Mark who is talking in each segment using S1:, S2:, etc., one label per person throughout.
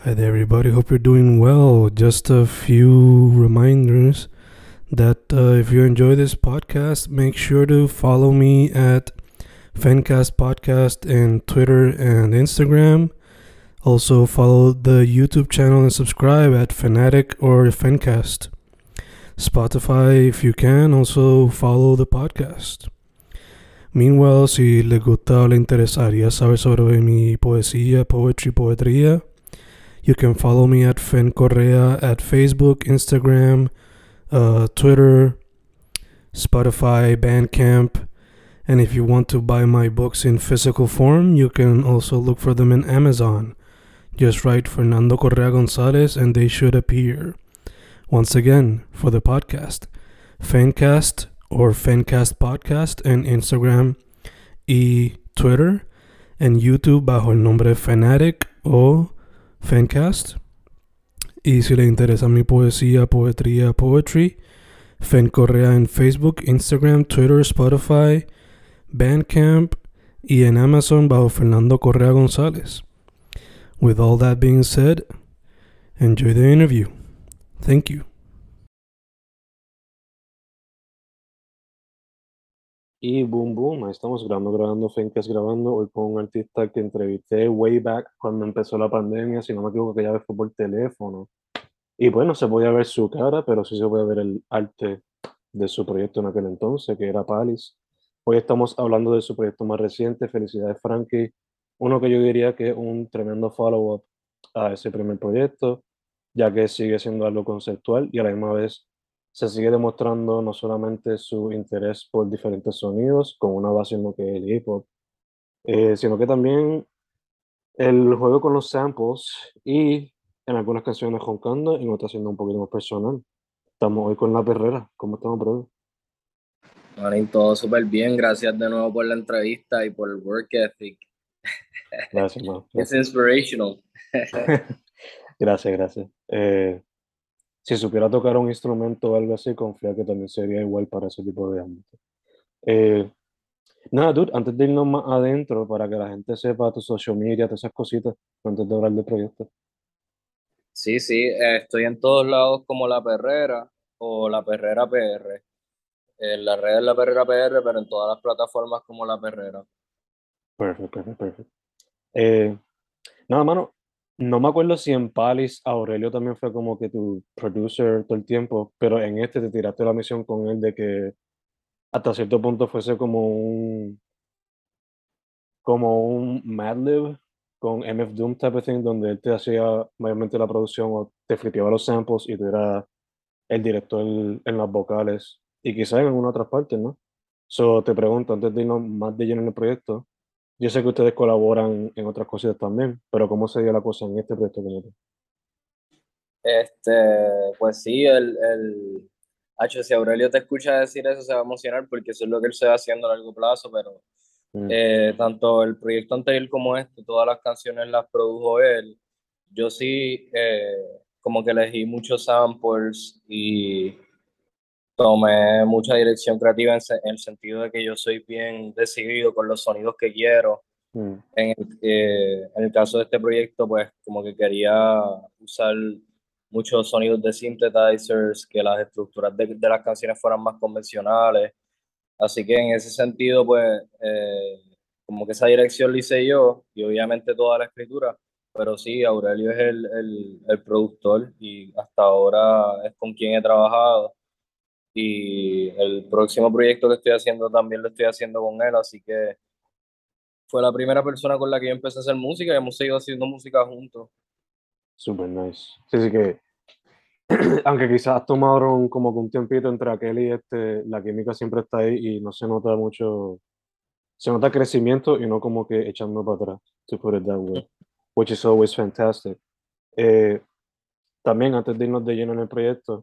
S1: Hi there, everybody. Hope you're doing well. Just a few reminders that if you enjoy this podcast, make sure to follow me at Fencast Podcast in Twitter and Instagram. Also, follow the YouTube channel and subscribe at Fanatic or Fencast. Spotify, if you can, also follow the podcast. Meanwhile, si les gusta o le interesaría saber sobre mi poesía, poetría, you can follow me at Fen Correa at Facebook, Instagram, Twitter, Spotify, Bandcamp. And if you want to buy my books in physical form, you can also look for them in Amazon. Just write Fernando Correa Gonzalez and they should appear. Once again, for the podcast, Fencast or Fencast Podcast en Instagram y Twitter, en YouTube bajo el nombre Fanatic o Fencast. Y si le interesa mi poesía, poetry, Fen Correa en Facebook, Instagram, Twitter, Spotify, Bandcamp y en Amazon bajo Fernando Correa González. With all that being said, enjoy the interview. Thank you.
S2: Y boom, boom, ahí estamos grabando Fencast grabando, hoy con un artista que entrevisté way back cuando empezó la pandemia, si no me equivoco que ya fue por teléfono. Y bueno, se podía ver su cara, pero sí se puede ver el arte de su proyecto en aquel entonces, que era Palace. Hoy estamos hablando de su proyecto más reciente, Felicidades Frankie, uno que yo diría que es un tremendo follow-up a ese primer proyecto, ya que sigue siendo algo conceptual y a la misma vez se sigue demostrando no solamente su interés por diferentes sonidos, con una base en lo que es el hip hop, sino que también el juego con los samples y en algunas canciones roncando, en otras siendo un poquito más personal. Estamos hoy con La Perrera. ¿Cómo estamos, brother?
S3: Manín, todo súper bien. Gracias de nuevo por la entrevista y por el work ethic.
S2: Gracias, man.
S3: Es inspirational.
S2: Gracias. Si supiera tocar un instrumento o algo así, confía que también sería igual para ese tipo de ámbito. Eh, Nada, dude, antes de irnos más adentro, para que la gente sepa tu social media, todas esas cositas, antes de hablar del proyecto.
S3: Sí, estoy en todos lados como La Perrera o La Perrera PR. En las redes La Perrera PR, pero en todas las plataformas como La Perrera.
S2: Perfecto. Eh, Nada, mano, no me acuerdo si en Palace Aurelio también fue como que tu producer todo el tiempo, pero en este te tiraste la misión con él de que hasta cierto punto fuese como un Madlib con MF Doom type of thing, donde él te hacía mayormente la producción o te flipeaba los samples y tú eras el director en las vocales y quizás en alguna otra parte, ¿no? So, te pregunto, antes de irnos más de lleno en el proyecto, yo sé que ustedes colaboran en otras cosas también, pero ¿cómo se dio la cosa en este proyecto como tal?
S3: Este, pues sí, si Aurelio te escucha decir eso, se va a emocionar porque eso es lo que él se va haciendo a largo plazo, pero
S2: Mm,
S3: tanto el proyecto anterior como este, todas las canciones las produjo él. Yo sí, como que elegí muchos samples y tomé mucha dirección creativa en el sentido de que yo soy bien decidido con los sonidos que quiero.
S2: mm,
S3: En el caso de este proyecto, pues como que quería usar muchos sonidos de synthesizers, que las estructuras de las canciones fueran más convencionales. Así que en ese sentido, pues como que esa dirección la hice yo y obviamente toda la escritura, pero sí, Aurelio es el productor y hasta ahora es con quien he trabajado. Y el próximo proyecto que estoy haciendo también lo estoy haciendo con él, así que fue la primera persona con la que yo empecé a hacer música y hemos seguido haciendo música juntos.
S2: super nice. Sí, que aunque quizás tomaron como que un tiempito entre aquel y este, la química siempre está ahí y no se nota mucho, se nota crecimiento y no como que echando para atrás, to put it that way, which is always fantastic. Eh, También antes de irnos de lleno en el proyecto,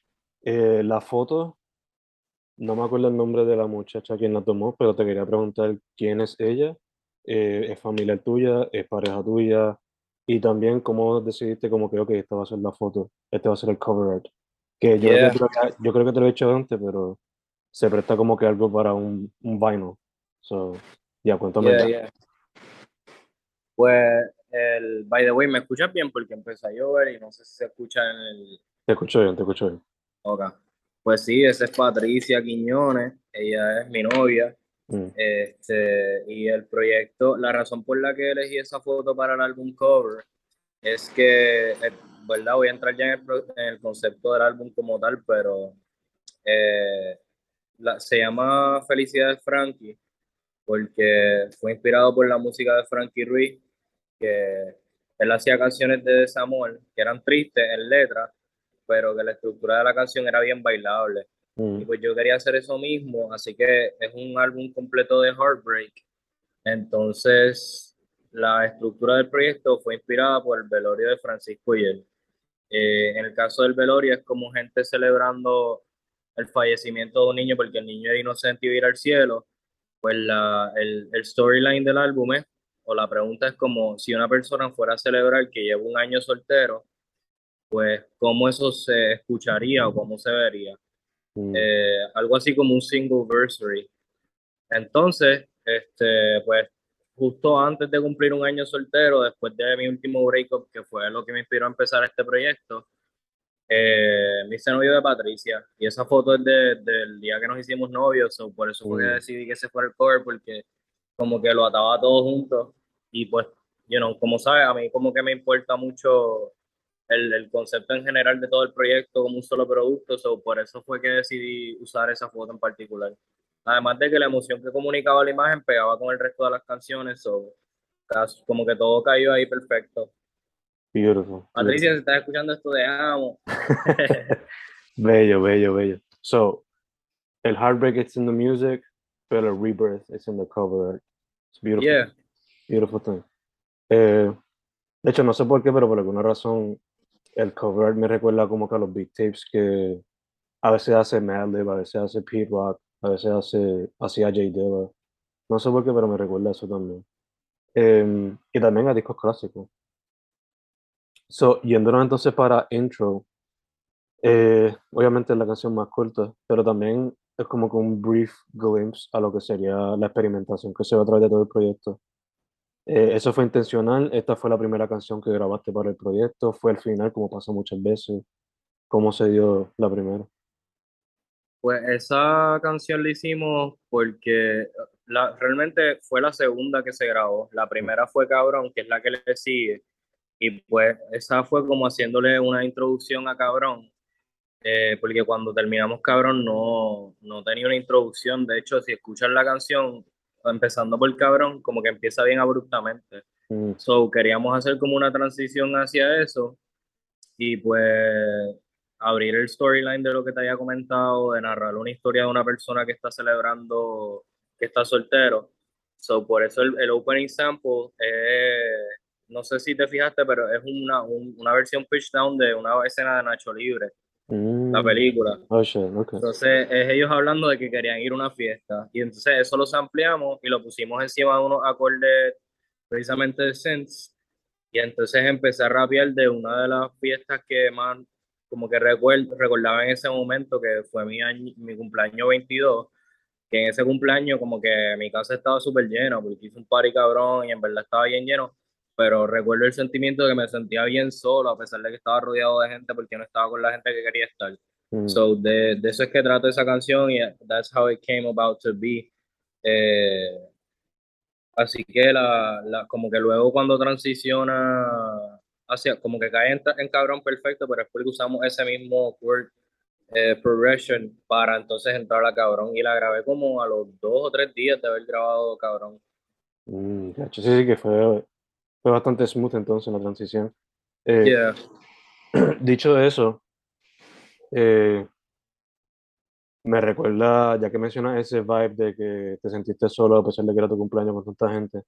S2: la foto, no me acuerdo el nombre de la muchacha quien la tomó, pero te quería preguntar quién es ella, es familiar tuya, es pareja tuya, y también cómo decidiste como que, ok, esta va a ser la foto, este va a ser el cover art. Que
S3: Yeah,
S2: yo creo que te lo he hecho antes, pero se presta como que algo para un vinyl. So, ya, cuéntame
S3: yeah,
S2: más.
S3: yeah. Pues By the way, ¿me escuchas bien? Porque empezó a llover y no sé si se escucha en el...
S2: Te escucho bien, te escucho bien.
S3: Ok. Pues sí, esa es Patricia Quiñones, ella es mi novia.
S2: Mm,
S3: Y el proyecto, la razón por la que elegí esa foto para el álbum cover es que, ¿verdad? Voy a entrar ya en el concepto del álbum como tal, pero eh, se llama Felicidades Frankie porque fue inspirado por la música de Frankie Ruiz, que él hacía canciones de desamor que eran tristes en letra, pero que la estructura de la canción era bien bailable. Y
S2: mm,
S3: pues yo quería hacer eso mismo, así que es un álbum completo de Heartbreak. Entonces, la estructura del proyecto fue inspirada por el velorio de Francisco y él. En el caso del velorio es como gente celebrando el fallecimiento de un niño porque el niño era inocente y iba a ir al cielo. Pues el storyline del álbum es, o la pregunta es como si una persona fuera a celebrar que lleva un año soltero, pues cómo eso se escucharía o cómo se vería.
S2: mm,
S3: Algo así como un single versary. Entonces, pues justo antes de cumplir un año soltero, después de mi último breakup, que fue lo que me inspiró a empezar este proyecto, me hice novio de Patricia. Y esa foto es del día que nos hicimos novios, so, por eso fue que
S2: mm.
S3: decidí que ese fuera el cover, porque como que lo ataba todo junto. Y pues, como sabes, a mí como que me importa mucho el concepto en general de todo el proyecto como un solo producto, so, por eso fue que decidí usar esa foto en particular. Además de que la emoción que comunicaba la imagen pegaba con el resto de las canciones, so, como que todo cayó ahí perfecto.
S2: Beautiful,
S3: Patricia,
S2: beautiful.
S3: si estás escuchando esto, te amo.
S2: Bello, bello, bello. So, el heartbreak is in the music, pero el rebirth is in the cover art. It's beautiful,
S3: Yeah,
S2: beautiful thing. Eh, de hecho, no sé por qué, pero por alguna razón el cover art me recuerda como que a los beat tapes que a veces hace Madlib, a veces hace Pete Rock, a veces hacía J Dilla. No sé por qué, pero me recuerda eso también. Y también a discos clásicos. So, yéndonos entonces para intro, obviamente es la canción más corta, pero también es como que un brief glimpse a lo que sería la experimentación que se va a través de todo el proyecto. Eso fue intencional, esta fue la primera canción que grabaste para el proyecto, fue el final, como pasa muchas veces. ¿Cómo se dio la primera?
S3: pues esa canción la hicimos porque realmente fue la segunda que se grabó. La primera fue Cabrón, que es la que le sigue. Y pues esa fue como haciéndole una introducción a Cabrón, porque cuando terminamos Cabrón no tenía una introducción. De hecho, si escuchas la canción, empezando por Cabrón, como que empieza bien abruptamente.
S2: Mm,
S3: So, queríamos hacer como una transición hacia eso y pues abrir el storyline de lo que te había comentado, de narrar una historia de una persona que está celebrando que está soltero. So, por eso el opening sample no sé si te fijaste, pero es una versión pitch down de una escena de Nacho Libre, la
S2: mm.
S3: película.
S2: Oh, shit, okay.
S3: Entonces, es ellos hablando de que querían ir a una fiesta. Y entonces eso lo ampliamos y lo pusimos encima de unos acordes precisamente de synths. Y entonces empecé a rapear de una de las fiestas que más como que recordaba en ese momento, que fue mi cumpleaños 22, que en ese cumpleaños como que mi casa estaba súper llena, porque hice un party cabrón y en verdad estaba bien lleno, pero recuerdo el sentimiento de que me sentía bien solo, a pesar de que estaba rodeado de gente, porque no estaba con la gente que quería estar.
S2: Mm,
S3: So, de eso es que trato esa canción y that's how it came about to be. Eh, Así que como que luego cuando transiciona hacia, como que cae en cabrón perfecto, pero es porque usamos ese mismo chord progression para entonces entrar a cabrón y la grabé como a los 2 o 3 días de haber grabado cabrón.
S2: gacho. Sí, sí, que fue bastante smooth entonces la transición. Eh,
S3: Yeah.
S2: dicho eso, eh, me recuerda, ya que mencionas ese vibe de que te sentiste solo a pesar de que era tu cumpleaños con tanta gente,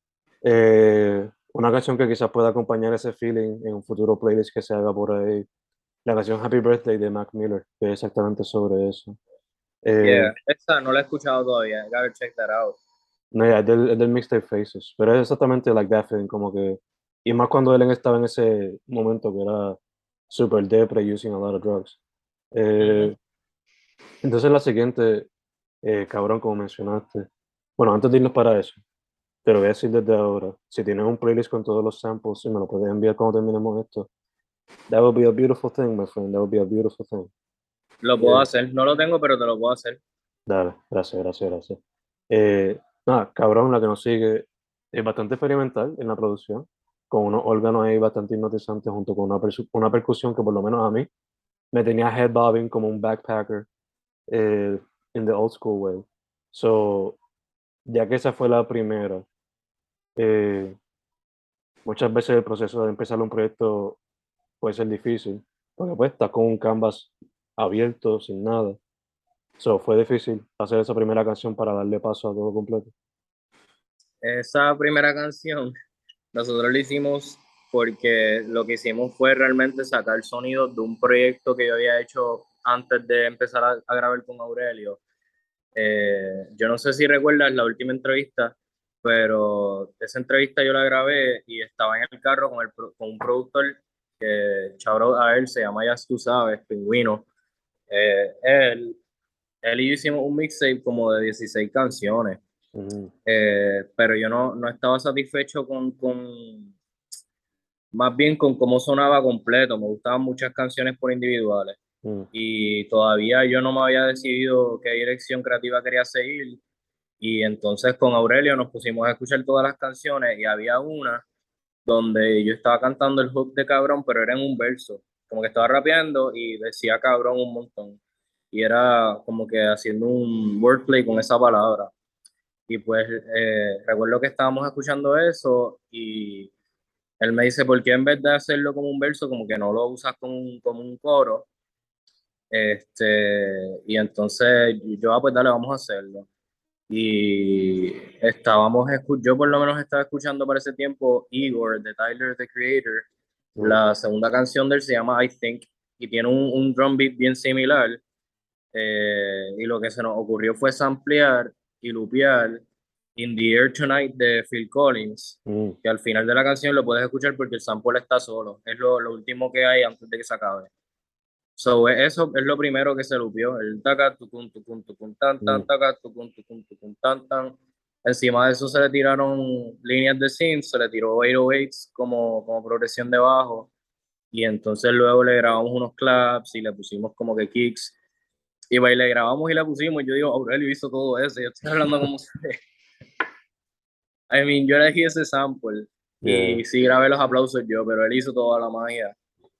S2: una canción que quizás pueda acompañar ese feeling en un futuro playlist que se haga por ahí, la canción Happy Birthday de Mac Miller, que es exactamente sobre eso. Eh,
S3: Yeah, esa no la he escuchado todavía. Gotta check that out.
S2: no, ya, es del mixtape Faces, pero es exactamente like that feeling, como que, y más cuando él estaba en ese momento que era super depre, using a lot of drugs.
S3: Ujú.
S2: Eh, entonces la siguiente, cabrón, como mencionaste. Bueno, antes de irnos para eso. te lo voy a decir desde ahora. Si tienes un playlist con todos los samples y me lo puedes enviar cuando terminemos esto, that would be a beautiful thing, my friend. That would be a beautiful thing.
S3: Lo puedo hacer, no lo tengo, pero te lo puedo hacer.
S2: Dale, gracias, gracias, gracias. Nada, cabrón, la que nos sigue es bastante experimental en la producción, con unos órganos ahí bastante hipnotizantes junto con una percusión que por lo menos a mí me tenía head bobbing como un backpacker in the old school way. So, ya que esa fue la primera, eh, muchas veces el proceso de empezar un proyecto puede ser difícil, porque pues estás con un canvas abierto, sin nada. So, fue difícil hacer esa primera canción para darle paso a todo completo.
S3: Esa primera canción, nosotros la hicimos porque lo que hicimos fue realmente sacar sonidos de un proyecto que yo había hecho antes de empezar a grabar con Aurelio. Yo no sé si recuerdas la última entrevista, pero esa entrevista yo la grabé y estaba en el carro con un productor que, shout a él, se llama Ya Tú Sabes, Pingüino. Eh, él, él y yo hicimos un mixtape como de 16 canciones,
S2: Mm,
S3: pero yo no estaba satisfecho más bien con cómo sonaba completo. Me gustaban muchas canciones por individuales
S2: mm,
S3: y todavía yo no me había decidido qué dirección creativa quería seguir. Y entonces con Aurelio nos pusimos a escuchar todas las canciones y había una donde yo estaba cantando el hook de cabrón, pero era en un verso, como que estaba rapeando y decía cabrón un montón. Y era como que haciendo un wordplay con esa palabra. Y pues recuerdo que estábamos escuchando eso y él me dice, ¿por qué en vez de hacerlo como un verso, como que no lo usas como un coro? Y entonces yo, pues dale, vamos a hacerlo. Y yo por lo menos estaba escuchando para ese tiempo Igor de Tyler, the Creator.
S2: mm,
S3: La segunda canción de él se llama I Think y tiene un drum beat bien similar. Y lo que se nos ocurrió fue samplear y lupear In the Air Tonight de Phil Collins,
S2: mm.
S3: que al final de la canción lo puedes escuchar porque el sample está solo. Es lo último que hay antes de que se acabe. So, eso es lo primero que se lupió, el taca, tucun, tan,
S2: Mm,
S3: tan, taca, tucun, tan, tan. Encima de eso se le tiraron líneas de synth, se le tiró 808s como progresión de bajo, y entonces luego le grabamos unos claps y le pusimos como que kicks, y pues, le grabamos y le pusimos, yo digo, Aurelio hizo todo eso, yo estoy hablando como si... I mean, yo elegí ese sample,
S2: yeah,
S3: y sí grabé los aplausos yo, pero él hizo toda la magia.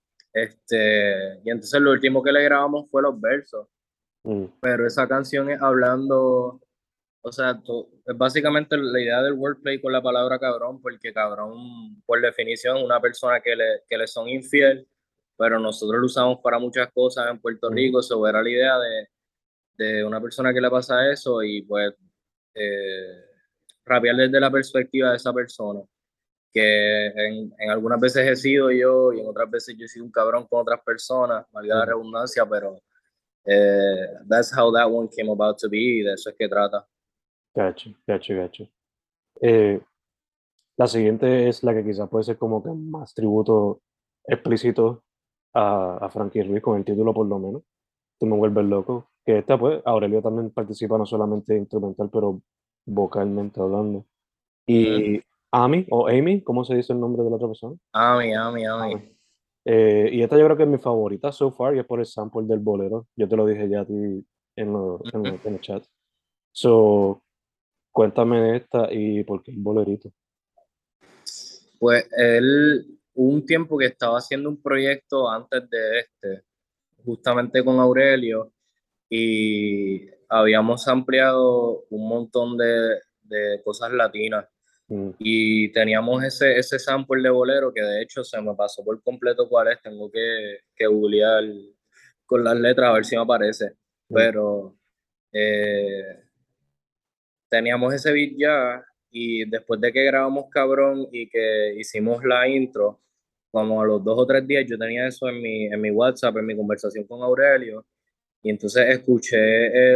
S3: Y entonces lo último que le grabamos fue los versos,
S2: mm,
S3: pero esa canción es hablando, o sea, es básicamente la idea del wordplay con la palabra cabrón, porque cabrón, por definición, es una persona que le son infiel, pero nosotros lo usamos para muchas cosas en Puerto
S2: mm,
S3: Rico, eso era la idea de una persona que le pasa eso y pues eh, rapear desde la perspectiva de esa persona, que en algunas veces he sido yo y en otras veces yo he sido un cabrón con otras personas, valga la
S2: mm.
S3: redundancia, pero that's how that one came about to be, y de eso es que trata.
S2: Gacho, gacho, gacho. Eh, la siguiente es la que quizás puede ser como que más tributo explícito a Frankie Ruiz, con el título por lo menos. Tú me vuelves loco. Que esta, pues, Aurelio también participa no solamente instrumental, pero vocalmente hablando.
S3: Ujú.
S2: Y Amy, o Amy, ¿cómo se dice el nombre de la otra persona?
S3: Ami, Ami, Ami.
S2: Amy. Y esta yo creo que es mi favorita so far, y es por el sample del bolero. Yo te lo dije ya a ti
S3: Ujú.
S2: en el chat. So, cuéntame de esta y por qué el bolerito.
S3: Pues él, hubo un tiempo que estaba haciendo un proyecto antes de este, justamente con Aurelio, y habíamos ampliado un montón de cosas latinas.
S2: Mm,
S3: Y teníamos ese sample de bolero que de hecho se me pasó por completo cuál es. Tengo que googlear con las letras a ver si me aparece.
S2: mm,
S3: Pero eh, teníamos ese beat ya y después de que grabamos Cabrón y que hicimos la intro, como a los 2 o 3 días yo tenía eso en mi WhatsApp, en mi conversación con Aurelio. Y entonces escuché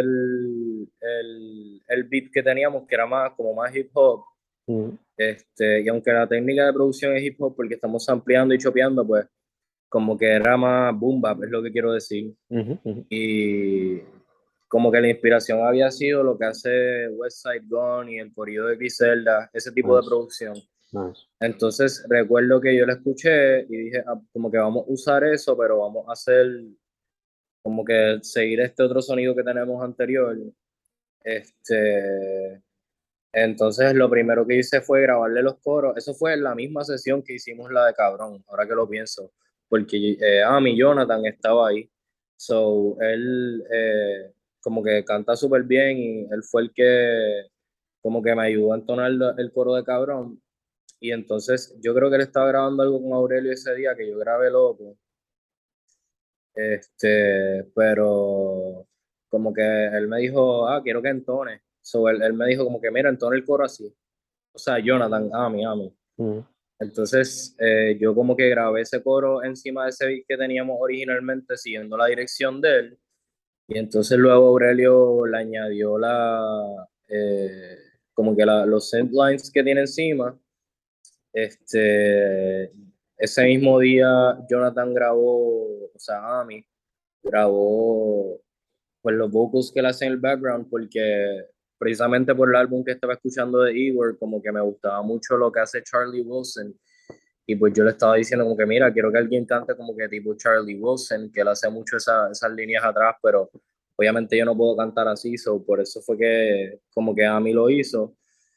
S3: el beat que teníamos, que era más como más hip hop.
S2: mm,
S3: Y aunque la técnica de producción es hip hop porque estamos ampliando y chopeando, pues como que era más boom bap, es lo que quiero decir.
S2: ujú, ujú.
S3: Y como que la inspiración había sido lo que hace West Side Gun y el corrido de Griselda, ese tipo de
S2: Nice,
S3: producción.
S2: nice.
S3: Entonces recuerdo que yo la escuché y dije, "Ah, como que vamos a usar eso, pero vamos a hacer como que seguir este otro sonido que tenemos anterior. Este, entonces lo primero que hice fue grabarle los coros. Eso fue en la misma sesión que hicimos la de Cabrón, ahora que lo pienso, porque mi Jonathan estaba ahí. So, él como que canta súper bien y él fue el que como que me ayudó a entonar el coro de Cabrón. Y entonces yo creo que él estaba grabando algo con Aurelio ese día que yo grabé loco. Pero como que él me dijo, quiero que entone. So, él me dijo como que, mira, entone el coro así. O sea, Jonathan, Ami.
S2: Mm,
S3: Entonces, yo como que grabé ese coro encima de ese beat que teníamos originalmente, siguiendo la dirección de él. Y entonces luego Aurelio le añadió como que los synth lines que tiene encima. Este, ese mismo día Jonathan grabó, o sea, Ami grabó pues los vocals que él hace en el background porque precisamente por el álbum que estaba escuchando de Igor, como que me gustaba mucho lo que hace Charlie Wilson y pues yo le estaba diciendo como que mira, quiero que alguien cante como que tipo Charlie Wilson, que él hace mucho esas líneas atrás, pero obviamente yo no puedo cantar así, so por eso fue que como que a mí lo hizo.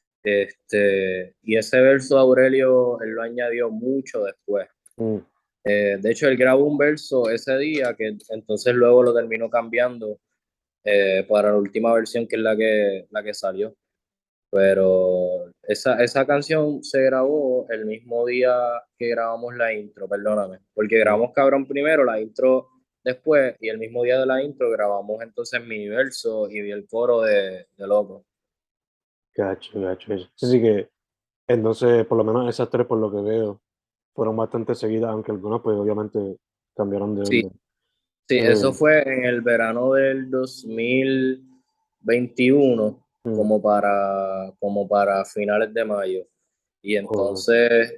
S3: Y ese verso de Aurelio, él lo añadió mucho después.
S2: mm.
S3: De hecho, él grabó un verso ese día que entonces luego lo terminó cambiando para la última versión que es la que salió. Pero esa canción se grabó el mismo día que grabamos la intro, perdóname, porque
S2: Mm.
S3: grabamos Cabrón primero, la intro después, y el mismo día de la intro grabamos entonces mi verso y el coro de Loco.
S2: Gacho, gacho, gacho. Sí, sí que, entonces, por lo menos esas tres, por lo que veo, fueron bastante seguidas, aunque algunas, pues, obviamente, cambiaron de
S3: Sí,
S2: orden.
S3: sí, eso
S2: Eh,
S3: fue en el verano del 2021,
S2: mm,
S3: como para finales de mayo. Y
S2: joder.
S3: entonces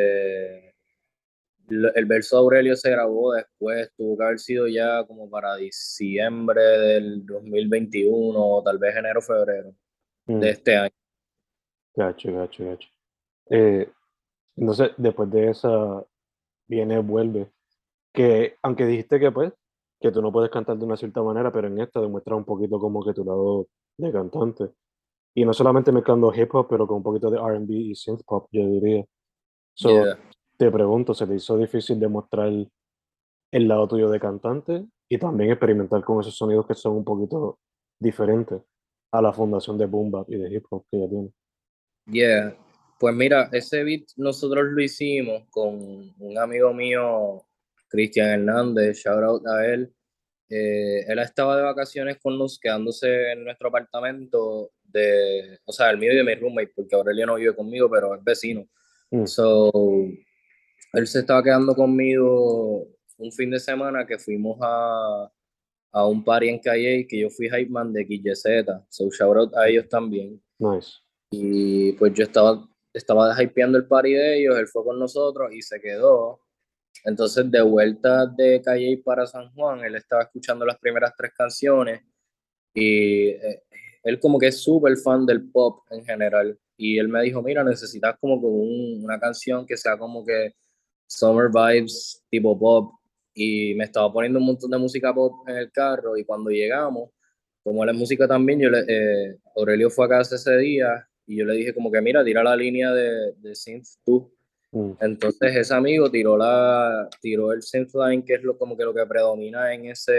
S3: el verso de Aurelio se grabó después, tuvo que haber sido ya como para diciembre del 2021 o tal vez enero, febrero de
S2: Mm,
S3: este año.
S2: gacho, gacho, gacho. Eh, entonces, después de esa, viene Vuelve, que, aunque dijiste que, pues, que tú no puedes cantar de una cierta manera, pero en esta demuestra un poquito como que tu lado de cantante. Y no solamente mezclando hip hop, pero con un poquito de R&B y synth pop, yo diría. So,
S3: Yeah.
S2: te pregunto, ¿se te hizo difícil demostrar el lado tuyo de cantante y también experimentar con esos sonidos que son un poquito diferentes a la fundación de boom bap y de hip hop que ya tiene?
S3: Yeah, pues mira, ese beat nosotros lo hicimos con un amigo mío, Cristian Hernández, shout out a él. Él estaba de vacaciones con nos, quedándose en nuestro apartamento o sea, el mío y de mi roommate, porque Aurelio no vive conmigo, pero es vecino.
S2: Mm,
S3: So, él se estaba quedando conmigo un fin de semana que fuimos a un party en Calle que yo fui hype man de XYZ, so shout out a ellos también.
S2: nice.
S3: Y pues yo estaba hypeando el party de ellos, él fue con nosotros y se quedó. Entonces, de vuelta de Calle para San Juan, él estaba escuchando las primeras tres canciones y él como que es súper fan del pop en general. Y él me dijo, mira, necesitas como que una canción que sea como que summer vibes tipo pop. Y me estaba poniendo un montón de música pop en el carro y cuando llegamos, como la música también, Aurelio fue a casa ese día y yo le dije como que mira, tira la línea de synth tú.
S2: Mm,
S3: Entonces ese amigo tiró el synth line, que es como que lo que predomina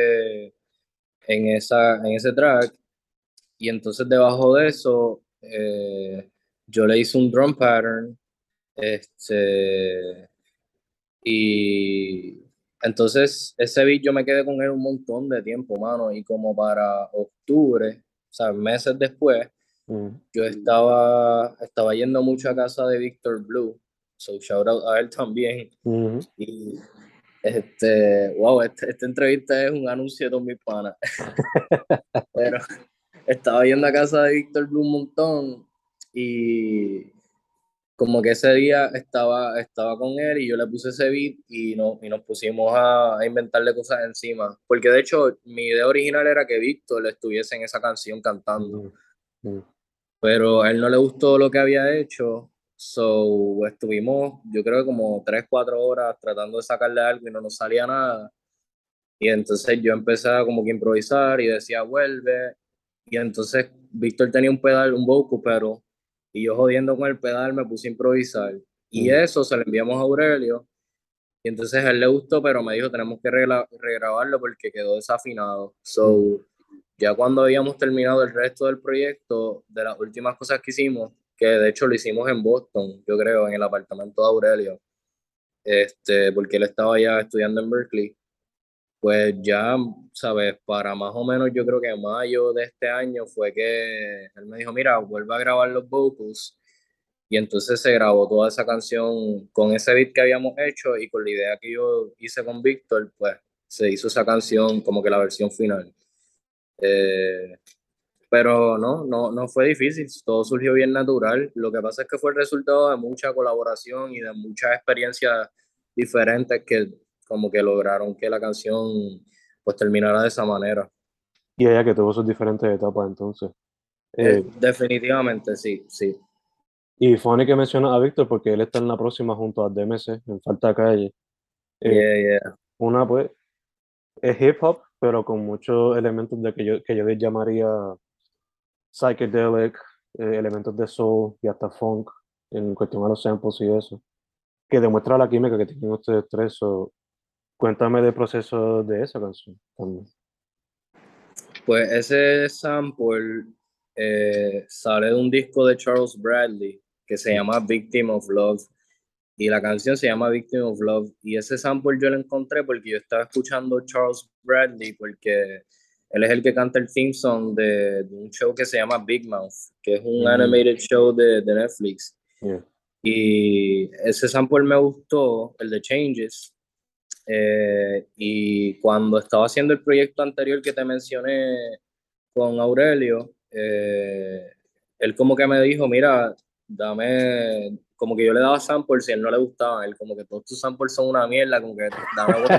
S3: en ese track. Y entonces debajo de eso, yo le hice un drum pattern. Este, y entonces ese beat yo me quedé con él un montón de tiempo, mano. Y como para octubre, o sea, meses después,
S2: mm,
S3: yo estaba yendo mucho a casa de Victor Blue. So shout out a él también.
S2: mm.
S3: Y wow, esta entrevista es un anuncio de todos mis panas. Pero estaba yendo a casa de Víctor Blue un montón y como que ese día estaba con él y yo le puse ese beat y nos pusimos a inventarle cosas encima. Porque de hecho mi idea original era que Víctor estuviese en esa canción cantando,
S2: Ujú, ujú,
S3: pero a él no le gustó lo que había hecho, so estuvimos yo creo que como 3, 4 horas tratando de sacarle algo y no nos salía nada. Y entonces yo empecé a como que improvisar y decía, vuelve. Y entonces Víctor tenía un pedal, un vocal, pero y yo jodiendo con el pedal me puse a improvisar. Y
S2: ujú,
S3: eso se lo enviamos a Aurelio. Y entonces a él le gustó, pero me dijo, tenemos que regrabarlo porque quedó desafinado.
S2: ujú,
S3: So, ya cuando habíamos terminado el resto del proyecto, de las últimas cosas que hicimos, que de hecho lo hicimos en Boston, yo creo, en el apartamento de Aurelio, porque él estaba ya estudiando en Berkeley. Pues ya, sabes, para más o menos yo creo que en mayo de este año fue que él me dijo, mira, vuelve a grabar los vocals. Y entonces se grabó toda esa canción con ese beat que habíamos hecho y con la idea que yo hice con Víctor, pues se hizo esa canción como que la versión final. Eh, pero no fue difícil, todo surgió bien natural. Lo que pasa es que fue el resultado de mucha colaboración y de muchas experiencias diferentes que como que lograron que la canción pues terminara de esa manera.
S2: y ella que tuvo sus diferentes etapas entonces. Eh,
S3: Definitivamente, sí, sí.
S2: y funny que menciona a Víctor porque él está en la próxima junto a DMC, en Falta Calle. Eh,
S3: Yeah, yeah.
S2: una pues es hip hop, pero con muchos elementos de que yo les llamaría psychedelic, elementos de soul y hasta funk en cuestión a los samples y eso, que demuestra la química que tienen ustedes tres. So, cuéntame del proceso de esa canción también.
S3: Pues ese sample sale de un disco de Charles Bradley que se llama Victim of Love y la canción se llama Victim of Love y ese sample yo lo encontré porque yo estaba escuchando Charles Bradley porque él es el que canta el theme song de un show que se llama Big Mouth, que es un
S2: Mm,
S3: animated show de Netflix
S2: yeah.
S3: y ese sample me gustó, el de Changes. Y cuando estaba haciendo el proyecto anterior que te mencioné con Aurelio, él como que me dijo, mira, dame, como que yo le daba samples y a él no le gustaba, él como que todos tus samples son una mierda, como que dame bueno.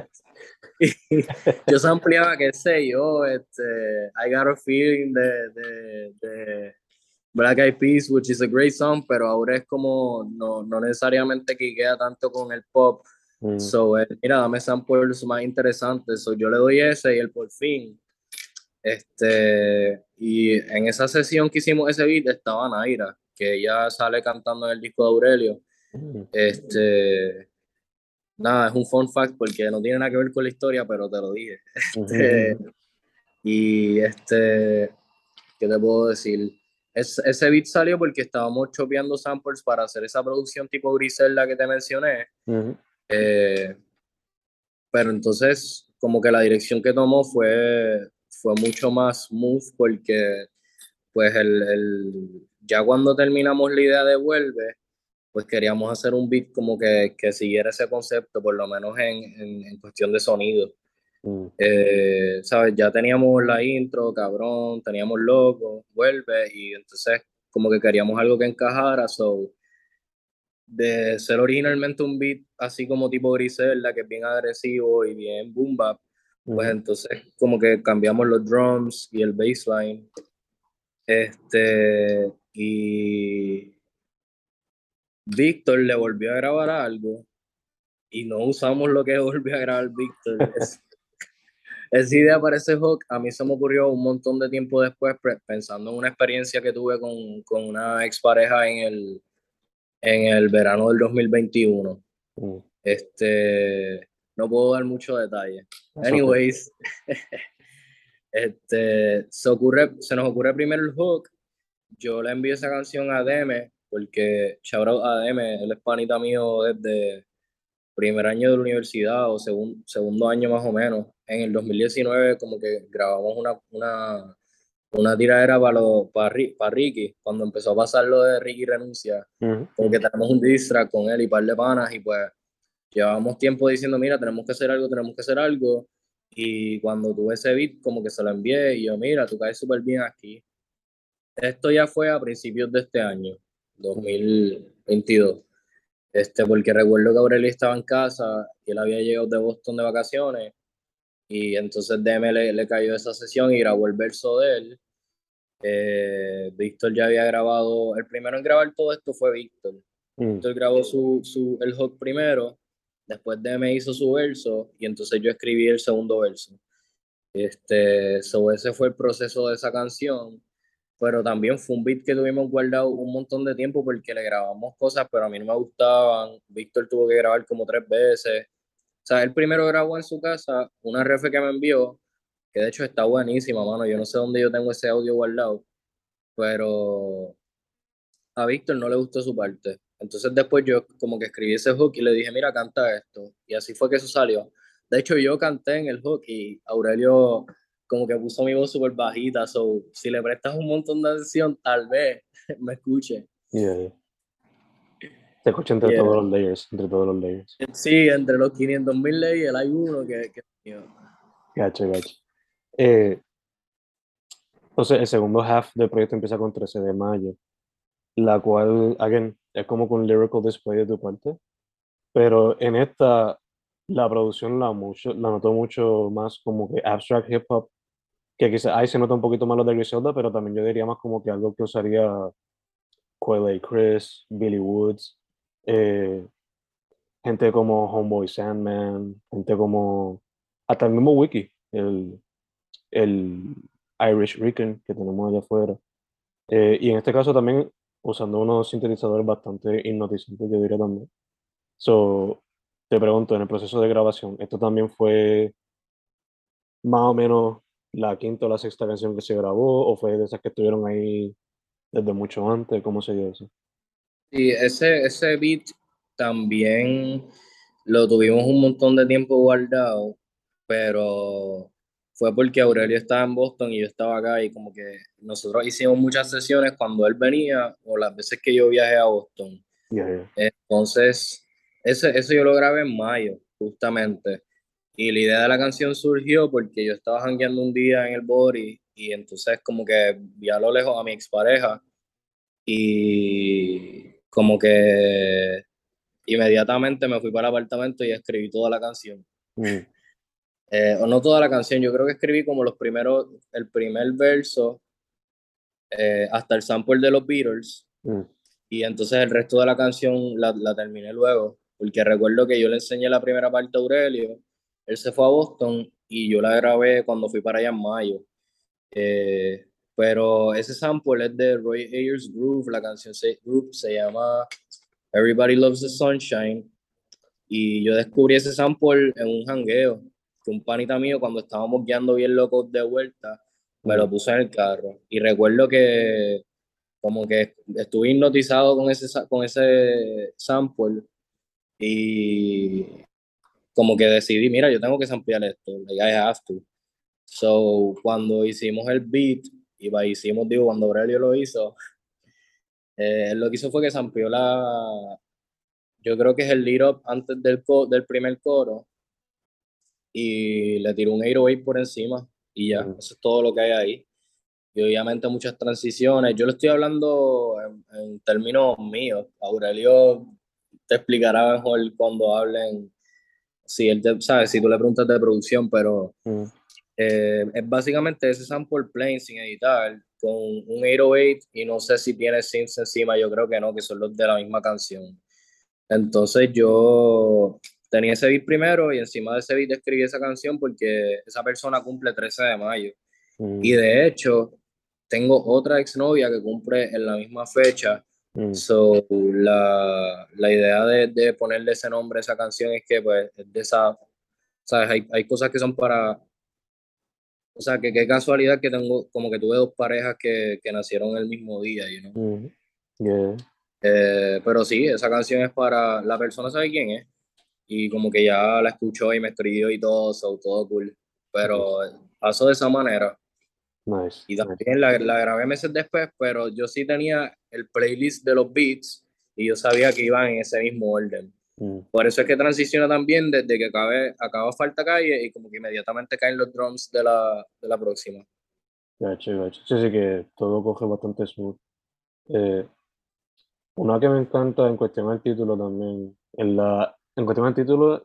S3: Yo sampleaba, qué sé yo, I Got a Feeling de Black Eyed Peas, which is a great song, pero ahora es como, no necesariamente que queda tanto con el pop.
S2: Mm,
S3: So, mira, dame samples más interesantes. So, yo le doy ese y él por fin. Y en esa sesión que hicimos ese beat estaba Naira, que ella sale cantando en el disco de Aurelio.
S2: mm,
S3: Nada, es un fun fact porque no tiene nada que ver con la historia, pero te lo dije.
S2: ujú,
S3: Este,
S2: ujú,
S3: y ¿qué te puedo decir? Ese beat salió porque estábamos chopeando samples para hacer esa producción tipo Griselda que te mencioné.
S2: ujú,
S3: Eh, pero entonces, como que la dirección que tomó fue mucho más smooth porque, pues, ya cuando terminamos la idea de Vuelve, pues queríamos hacer un beat como que siguiera ese concepto, por lo menos en cuestión de sonido.
S2: mm,
S3: ¿Sabes? Ya teníamos la intro, cabrón, teníamos logo, vuelve, y entonces como que queríamos algo que encajara, so, de ser originalmente un beat así como tipo Griselda, que es bien agresivo y bien boom bap, pues
S2: ujú.
S3: entonces como que cambiamos los drums y el bassline, y Víctor le volvió a grabar algo, y no usamos lo que volvió a grabar Víctor. Esa idea para ese hook a mí se me ocurrió un montón de tiempo después, pensando en una experiencia que tuve con una expareja en el verano del 2021.
S2: Mm,
S3: No puedo dar mucho detalle.
S2: that's okay.
S3: Anyways, se nos ocurre primero el hook. Yo le envío esa canción a Deme, porque shout out a Deme, él es panita mío desde primer año de la universidad o segundo año más o menos. En el 2019 como que grabamos una tiradera para Ricky, cuando empezó a pasar lo de Ricky renuncia,
S2: Ujú,
S3: como que
S2: ujú,
S3: tenemos un diss track con él y par de panas y pues llevábamos tiempo diciendo, mira, tenemos que hacer algo. Y cuando tuve ese beat, como que se lo envié y yo, mira, tú caes súper bien aquí. Esto ya fue a principios de este año. 2022. Porque recuerdo que Aurelio estaba en casa y él había llegado de Boston de vacaciones y entonces DM le cayó esa sesión y grabó el verso de él. Víctor ya había grabado, el primero en grabar todo esto fue Víctor. Víctor grabó el hook primero, después DM hizo su verso y entonces yo escribí el segundo verso. Ese fue el proceso de esa canción, pero también fue un beat que tuvimos guardado un montón de tiempo porque le grabamos cosas, pero a mí no me gustaban. Víctor tuvo que grabar como 3 veces. O sea, él primero grabó en su casa una ref que me envió, que de hecho está buenísima, mano. Yo no sé dónde yo tengo ese audio guardado, pero a Víctor no le gustó su parte. Entonces después yo como que escribí ese hook y le dije, mira, canta esto. Y así fue que eso salió. De hecho, yo canté en el hook y Aurelio como que puso mi voz súper bajita. So, si le prestas un montón de atención, tal vez me escuche.
S2: Yeah. Se escucha entre
S3: Yeah.
S2: todos los layers, entre todos los layers.
S3: Sí, entre los 500,000 leyes hay uno que mío.
S2: Gacho. Entonces, el segundo half del proyecto empieza con 13 de mayo, la cual, again, es como con lyrical display de tu parte, pero en esta, la producción la notó mucho más como que abstract hip hop, que quizás ahí se nota un poquito más lo de Griselda, pero también yo diría más como que algo que usaría Quelle Chris, Billy Woods, eh, gente como Homeboy Sandman, gente como, hasta el mismo Wiki, el Irish Rican que tenemos allá afuera. Y en este caso también usando unos sintetizadores bastante hipnotizantes, yo diría también. So, te pregunto, en el proceso de grabación, ¿esto también fue más o menos la quinta o la sexta canción que se grabó o fue de esas que estuvieron ahí desde mucho antes? ¿Cómo se dio eso?
S3: Y ese beat también lo tuvimos un montón de tiempo guardado, pero fue porque Aurelio estaba en Boston y yo estaba acá y como que nosotros hicimos muchas sesiones cuando él venía o las veces que yo viajé a Boston.
S2: Yeah, yeah.
S3: Entonces, eso yo lo grabé en mayo, justamente. Y la idea de la canción surgió porque yo estaba jangueando un día en el Body y entonces como que vi a lo lejos a mi expareja y como que inmediatamente me fui para el apartamento y escribí toda la canción.
S2: Mm,
S3: O no toda la canción, yo creo que escribí como el primer verso hasta el sample de los Beatles
S2: mm,
S3: y entonces el resto de la canción la terminé luego, porque recuerdo que yo le enseñé la primera parte a Aurelio, él se fue a Boston y yo la grabé cuando fui para allá en mayo. Eh, pero ese sample es de Roy Ayers Groove, la canción Groove se llama Everybody Loves the Sunshine. Y yo descubrí ese sample en un jangueo, que un panita mío cuando estábamos guiando bien locos de vuelta, me
S2: mm,
S3: lo puso en el carro. Y recuerdo que como que estuve hipnotizado con ese sample y como que decidí, mira, yo tengo que samplear esto, like I have to. So, cuando hicimos el beat, digo, cuando Aurelio lo hizo, él lo que hizo fue que sampleó yo creo que es el lead up antes del primer coro y le tiró un 808 por encima y ya,
S2: mm.
S3: eso es todo lo que hay ahí. Y obviamente muchas transiciones. Yo le estoy hablando en términos míos. Aurelio te explicará mejor cuando hablen, si él sabes, si tú le preguntas de producción, pero
S2: Mm,
S3: es básicamente ese sample plain sin editar con un 808 y no sé si tiene synths encima, yo creo que no, que son los de la misma canción. Entonces yo tenía ese beat primero y encima de ese beat escribí esa canción porque esa persona cumple 13 de mayo. Y
S2: mm,
S3: de hecho, tengo otra exnovia que cumple en la misma fecha.
S2: mm,
S3: So, la idea de ponerle ese nombre a esa canción es que, pues, es de esa, ¿sabes? Hay cosas que son para, o sea, que qué casualidad que tengo, como que tuve dos parejas que nacieron el mismo día,
S2: mm. Yeah.
S3: Pero sí, esa canción es para, la persona sabe quién es, y como que ya la escuchó y me escribió y todo, so, todo cool.
S2: Nice,
S3: Pero pasó de esa manera.
S2: nice,
S3: Y
S2: nice.
S3: también la grabé meses después, pero yo sí tenía el playlist de los beats y yo sabía que iban en ese mismo orden.
S2: Mm.
S3: Por eso es que transiciona también desde que acaba Falta Calle y como que inmediatamente caen los drums de la próxima.
S2: Gacho. Sí, sí, que todo coge bastante smooth. Eh, Una que me encanta en cuestión del título también, en cuestión del título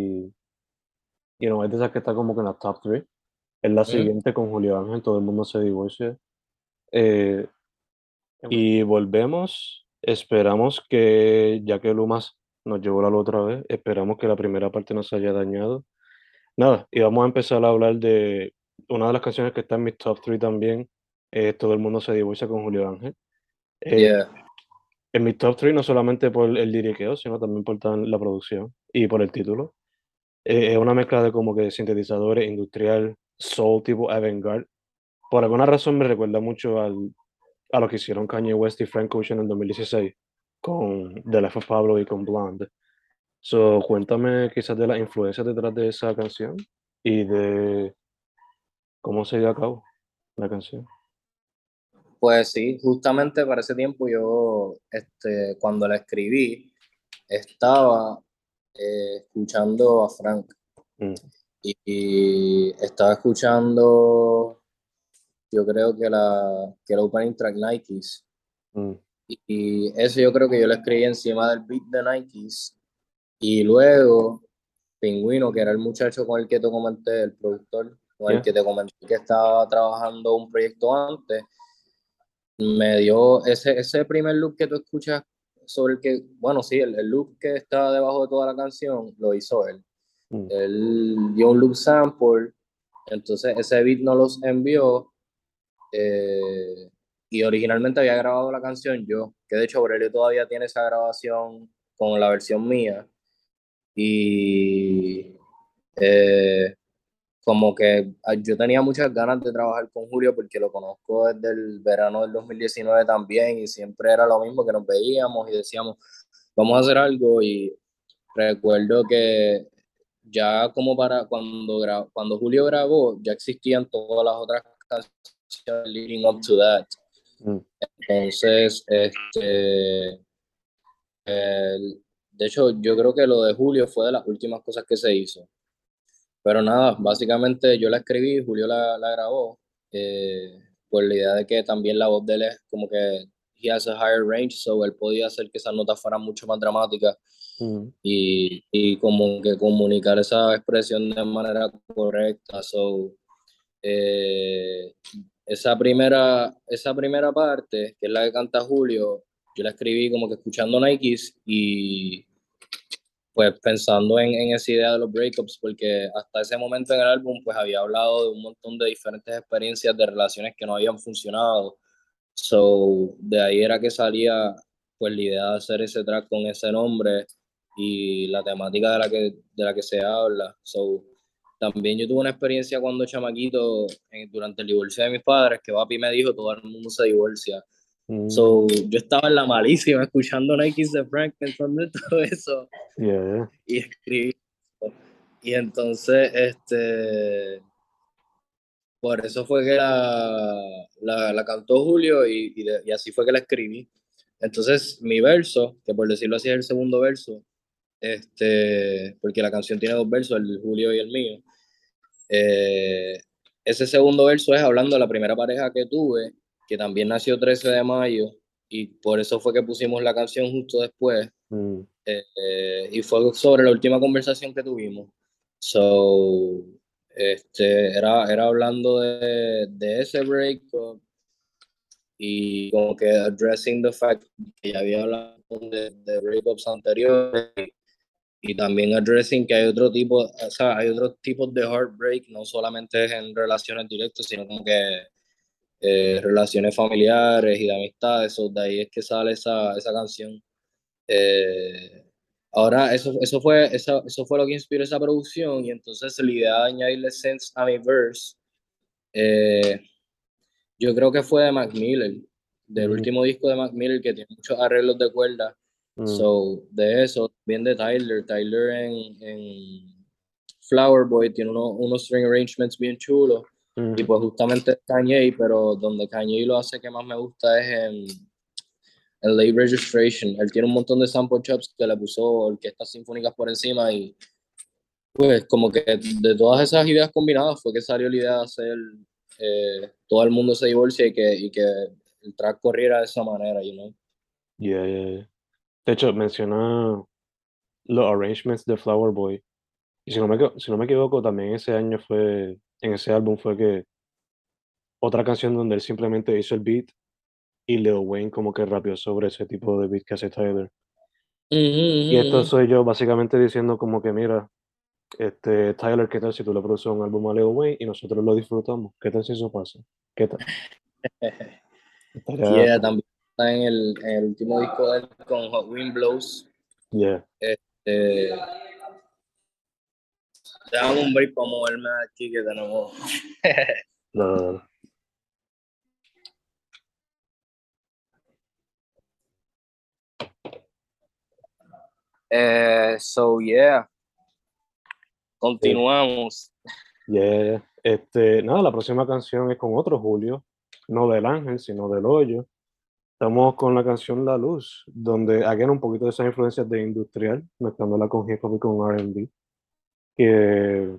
S2: y no es de esas que está como que en la top 3, es la
S3: Ujú.
S2: siguiente con Julio Ángel, todo el mundo se divorcia. Eh, y volvemos, esperamos que, ya que Lumas nos llevó la otra vez, esperamos que la primera parte no se haya dañado. Nada, y vamos a empezar a hablar de una de las canciones que está en mi top 3 también, Todo el mundo se divorcia con Julio Ángel. Eh,
S3: Yeah.
S2: en mi top 3 no solamente por el liriqueo, sino también por la producción y por el título. Es una mezcla de como que sintetizadores, industrial, soul tipo avant-garde. Por alguna razón me recuerda mucho a lo que hicieron Kanye West y Frank Ocean en 2016 con The Life of Pablo y con Blonde. So, cuéntame quizás de las influencias detrás de esa canción y de cómo se dio a cabo la canción.
S3: Pues sí, justamente para ese tiempo yo, cuando la escribí, estaba escuchando a Frank
S2: Mm,
S3: y estaba escuchando, yo creo que que el opening track Nikes.
S2: mm,
S3: Y eso yo creo que yo lo escribí encima del beat de Nikes. Y luego, Pingüino, que era el muchacho con el que te comenté, el productor, con el
S2: yeah.
S3: que te comenté que estaba trabajando un proyecto antes, me dio ese primer loop que tú escuchas sobre el que, bueno, sí, el loop que está debajo de toda la canción, lo hizo él.
S2: Mm,
S3: Él dio un loop sample, entonces ese beat no los envió eh, y originalmente había grabado la canción yo, que de hecho Aurelio todavía tiene esa grabación con la versión mía y eh, como que yo tenía muchas ganas de trabajar con Julio porque lo conozco desde el verano del 2019 también y siempre era lo mismo que nos veíamos y decíamos, vamos a hacer algo y recuerdo que ya como para cuando Julio grabó ya existían todas las otras canciones leading up to that.
S2: mm,
S3: Entonces, de hecho, yo creo que lo de Julio fue de las últimas cosas que se hizo. Pero nada, básicamente yo la escribí, Julio la grabó, por la idea de que también la voz de él es como que he has a higher range, so él podía hacer que esas notas fueran mucho más dramáticas
S2: mm,
S3: y como que comunicar esa expresión de manera correcta. So, eh, esa primera parte, que es la que canta Julio, yo la escribí como que escuchando Nikes y pues pensando en esa idea de los breakups, porque hasta ese momento en el álbum pues había hablado de un montón de diferentes experiencias de relaciones que no habían funcionado. So, de ahí era que salía pues la idea de hacer ese track con ese nombre y la temática de la que se habla. So, también yo tuve una experiencia cuando chamaquito, durante el divorcio de mis padres, que papi me dijo, todo el mundo se divorcia.
S2: mm,
S3: So, yo estaba en la malísima escuchando Nikes de Frank pensando en todo eso
S2: yeah,
S3: y escribí. Y entonces, por eso fue que la cantó Julio y así fue que la escribí. Entonces, mi verso, que por decirlo así es el segundo verso, porque la canción tiene dos versos, el de Julio y el mío. eh, Ese segundo verso es hablando de la primera pareja que tuve, que también nació 13 de mayo, y por eso fue que pusimos la canción justo después,
S2: mm,
S3: y fue sobre la última conversación que tuvimos. So, era hablando de ese breakup y como que addressing the fact que ya había hablado de breakups anteriores y también addressing que hay otro tipo, o sea, hay otros tipos de heartbreak, no solamente en relaciones directas, sino como que relaciones familiares y de amistades. So, de ahí es que sale esa canción. Eh, Ahora, eso fue lo que inspiró esa producción y entonces la idea de añadirle sense a mi verse, eh, yo creo que fue de Mac Miller, del
S2: mm,
S3: último disco de Mac Miller que tiene muchos arreglos de cuerda.
S2: mm,
S3: So, de eso, bien de Tyler en Flower Boy tiene unos string arrangements bien chulos y
S2: mm,
S3: pues justamente Kanye, pero donde Kanye lo hace que más me gusta es en Late Registration. Él tiene un montón de sample chops que le puso orquestas sinfónicas por encima y pues como que de todas esas ideas combinadas fue que salió la idea de hacer Todo el mundo se divorcia y que el track corriera de esa manera, you know?
S2: Yeah, yeah, yeah. De hecho, menciona los arrangements de Flower Boy. Y si no me equivoco, también ese año fue, en ese álbum fue que otra canción donde él simplemente hizo el beat y Lil Wayne como que rapeó sobre ese tipo de beat que hace Tyler.
S3: Ujú,
S2: Y esto
S3: ujú,
S2: soy yo básicamente diciendo como que mira, Tyler, ¿qué tal si tú le produces un álbum a Lil Wayne y nosotros lo disfrutamos? ¿Qué tal si eso pasa? ¿Qué tal?
S3: ujú.
S2: Estaría
S3: Yeah,
S2: cool.
S3: también está en el último disco de él con Hot Wind Blows.
S2: Yeah.
S3: Este, Déjame un break para moverme aquí que tenemos.
S2: No, no, no.
S3: So yeah,
S2: Yeah,
S3: continuamos.
S2: yeah. Nada, la próxima canción es con otro Julio, no del Ángel, sino del Hoyo. Estamos con la canción La Luz, donde again un poquito de esas influencias de industrial, mezclándola con hip hop y con R&B. Que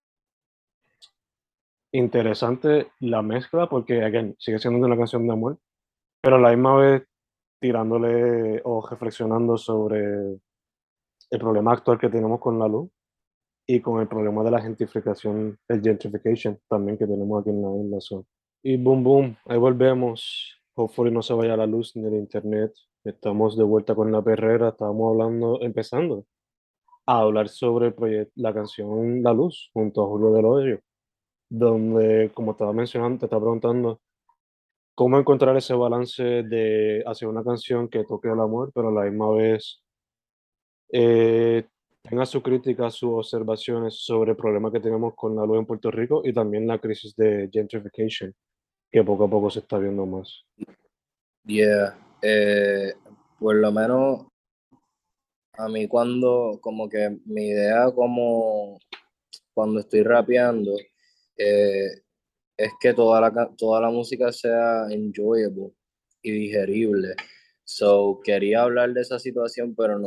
S2: interesante la mezcla, porque again sigue siendo una canción de amor, pero a la misma vez tirándole o reflexionando sobre el problema actual que tenemos con la luz y con el problema de la gentrificación, el gentrification también que tenemos aquí en la isla. So. Y boom, boom, ahí volvemos. Hopefully no se vaya la luz ni el internet. Estamos de vuelta con la perrera. Estábamos hablando, empezando a hablar sobre el la canción La Luz junto a Julio del Hoyo, donde, como estaba mencionando, te estaba preguntando cómo encontrar ese balance de hacer una canción que toque el amor, pero a la misma vez eh, tenga su crítica, sus observaciones sobre el problema que tenemos con la luz en Puerto Rico y también la crisis de gentrification, que poco a poco se está viendo más.
S3: Yeah, por lo menos a mí cuando, como que mi idea como cuando estoy rapeando, eh, es que toda la música sea enjoyable y digerible. So, quería hablar de esa situación, pero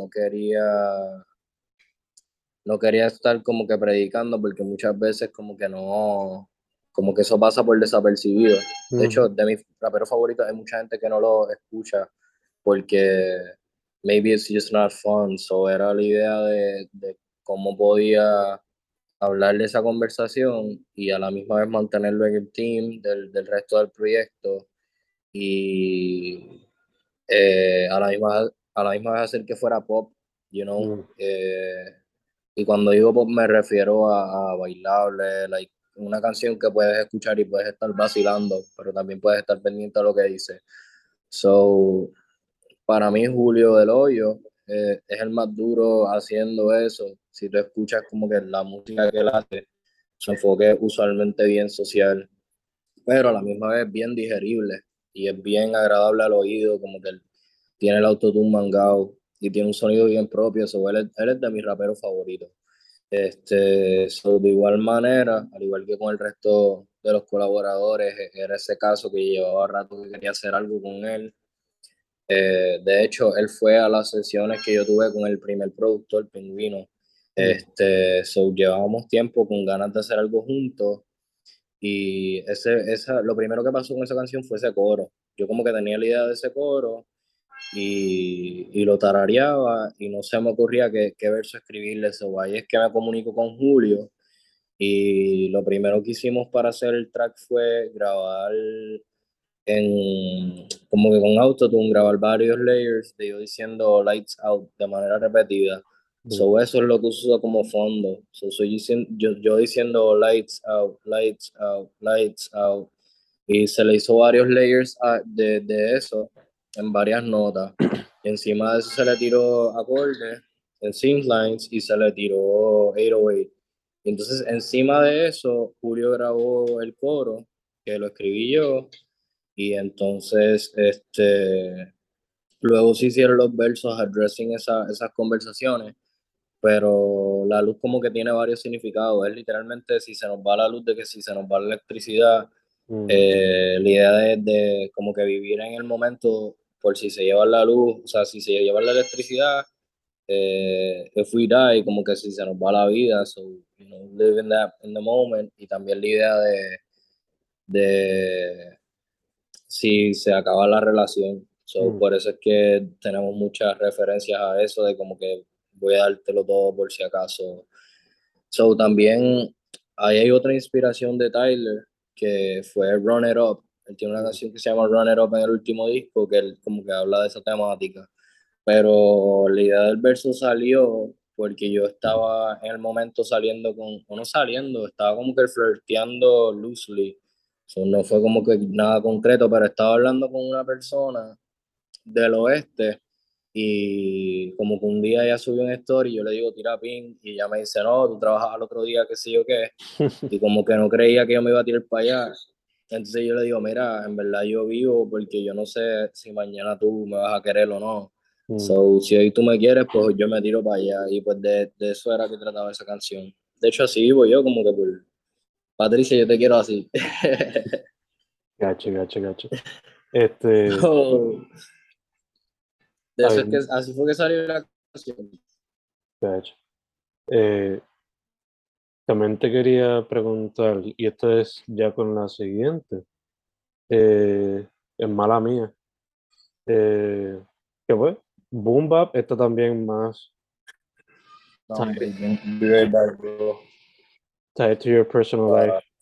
S3: no quería estar como que predicando porque muchas veces como que no, como que eso pasa por desapercibido. De hecho,
S2: Ujú,
S3: de mis raperos favoritos hay mucha gente que no lo escucha porque maybe it's just not fun. So era la idea de cómo podía hablar de esa conversación y a la misma vez mantenerlo en el team del resto del proyecto y a la misma vez hacer que fuera pop, you know.
S2: ujú.
S3: Y cuando digo pop me refiero a bailable, like una canción que puedes escuchar y puedes estar vacilando, pero también puedes estar pendiente a lo que dice. So, para mí Julio del Hoyo es el más duro haciendo eso. Si tú escuchas como que la música que él hace, su enfoque es usualmente bien social, pero a la misma vez bien digerible y es bien agradable al oído, como que él tiene el autotune mangado y tiene un sonido bien propio, so él es de mis raperos favoritos. De igual manera, al igual que con el resto de los colaboradores, era ese caso que llevaba rato que quería hacer algo con él. De hecho, él fue a las sesiones que yo tuve con el primer productor, Pingüino.
S2: Mm.
S3: Llevábamos tiempo con ganas de hacer algo juntos y lo primero que pasó con esa canción fue ese coro. Yo como que tenía la idea de ese coro y lo tarareaba y no se me ocurría qué verso escribirle. Eso ahí es que me comunico con Julio y lo primero que hicimos para hacer el track fue grabar como que con Autotune, grabar varios layers de yo diciendo lights out de manera repetida.
S2: Brutal.
S3: So eso es lo que uso como fondo. Yo diciendo lights out, lights out, lights out. Y se le hizo varios layers de eso en varias notas. Encima de eso se le tiró acordes en synth lines y se le tiró 808. Y entonces encima de eso, Julio grabó el coro, que lo escribí yo, y entonces luego se hicieron los versos addressing esas conversaciones, pero la luz como que tiene varios significados. Es literalmente si se nos va la luz, de que si se nos va la electricidad,
S2: Mm,
S3: la idea de como que vivir en el momento por si se lleva la luz, o sea, si se lleva la electricidad, if we die, como que si se nos va la vida, so, live in the moment, y también la idea de si se acaba la relación. So, por eso es que tenemos muchas referencias a eso, de como que voy a dártelo todo por si acaso. So, también ahí hay otra inspiración de Tyler, que fue Run It Up. Él tiene una canción que se llama Run It Up en el último disco, que él como que habla de esa temática. Pero la idea del verso salió porque yo estaba en el momento saliendo con, o no saliendo, estaba como que flirteando loosely. So, no fue como que nada concreto, pero estaba hablando con una persona del oeste y como que un día ella subió un story y yo le digo tira pin y ella me dice no, tú trabajas al otro día, qué sé yo qué, y como que no creía que yo me iba a tirar para allá. Entonces yo le digo, mira, en verdad yo vivo porque yo no sé si mañana tú me vas a querer o no. So, si hoy tú me quieres, pues yo me tiro para allá. Y pues de eso era que trataba esa canción. De hecho, así vivo yo, como que por Patricia, yo te quiero así.
S2: Gacho, gacho, gacho. Este,
S3: So, de
S2: a
S3: eso
S2: ver,
S3: es que así fue que salió la canción.
S2: gacho. Eh, También te quería preguntar, y esto es ya con la siguiente, es mala mía. ¿Qué fue? Boom Bap, esta también más
S3: No,
S2: tied,
S3: be right back, bro.
S2: tied to your personal life.
S3: Uh,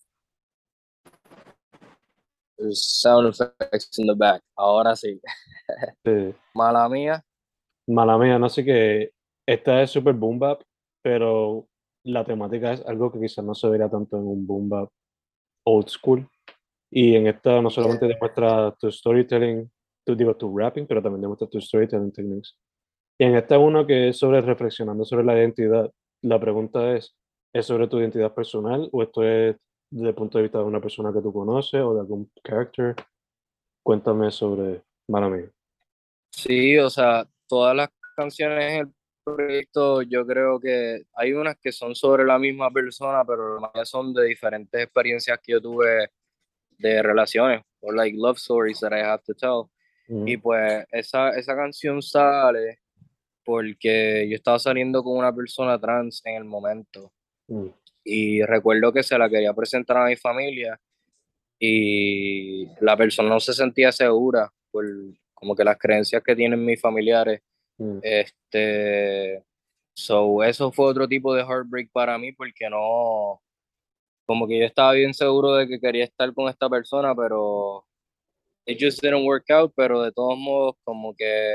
S3: there's sound effects in the back. Ahora sí.
S2: Eh,
S3: Mala mía.
S2: Mala mía, no sé qué. Esta es super boom bap, pero la temática es algo que quizás no se vería tanto en un boom bap old school. Y en esta no solamente demuestra tu storytelling, tu rapping, pero también demuestra tu storytelling techniques. Y en esta uno que es sobre reflexionando sobre la identidad. La pregunta ¿es sobre tu identidad personal o esto es desde el punto de vista de una persona que tú conoces o de algún character? Cuéntame sobre Mala mía.
S3: Sí, o sea, todas las canciones en el proyecto, yo creo que hay unas que son sobre la misma persona, pero las mayoría son de diferentes experiencias que yo tuve de relaciones, o like love stories that I have to tell. Y
S2: Mm,
S3: pues esa canción sale porque yo estaba saliendo con una persona trans en el momento
S2: mm,
S3: y recuerdo que se la quería presentar a mi familia y la persona no se sentía segura por como que las creencias que tienen mis familiares.
S2: mm,
S3: So eso fue otro tipo de heartbreak para mí porque no, como que yo estaba bien seguro de que quería estar con esta persona, pero it just didn't work out, pero de todos modos como que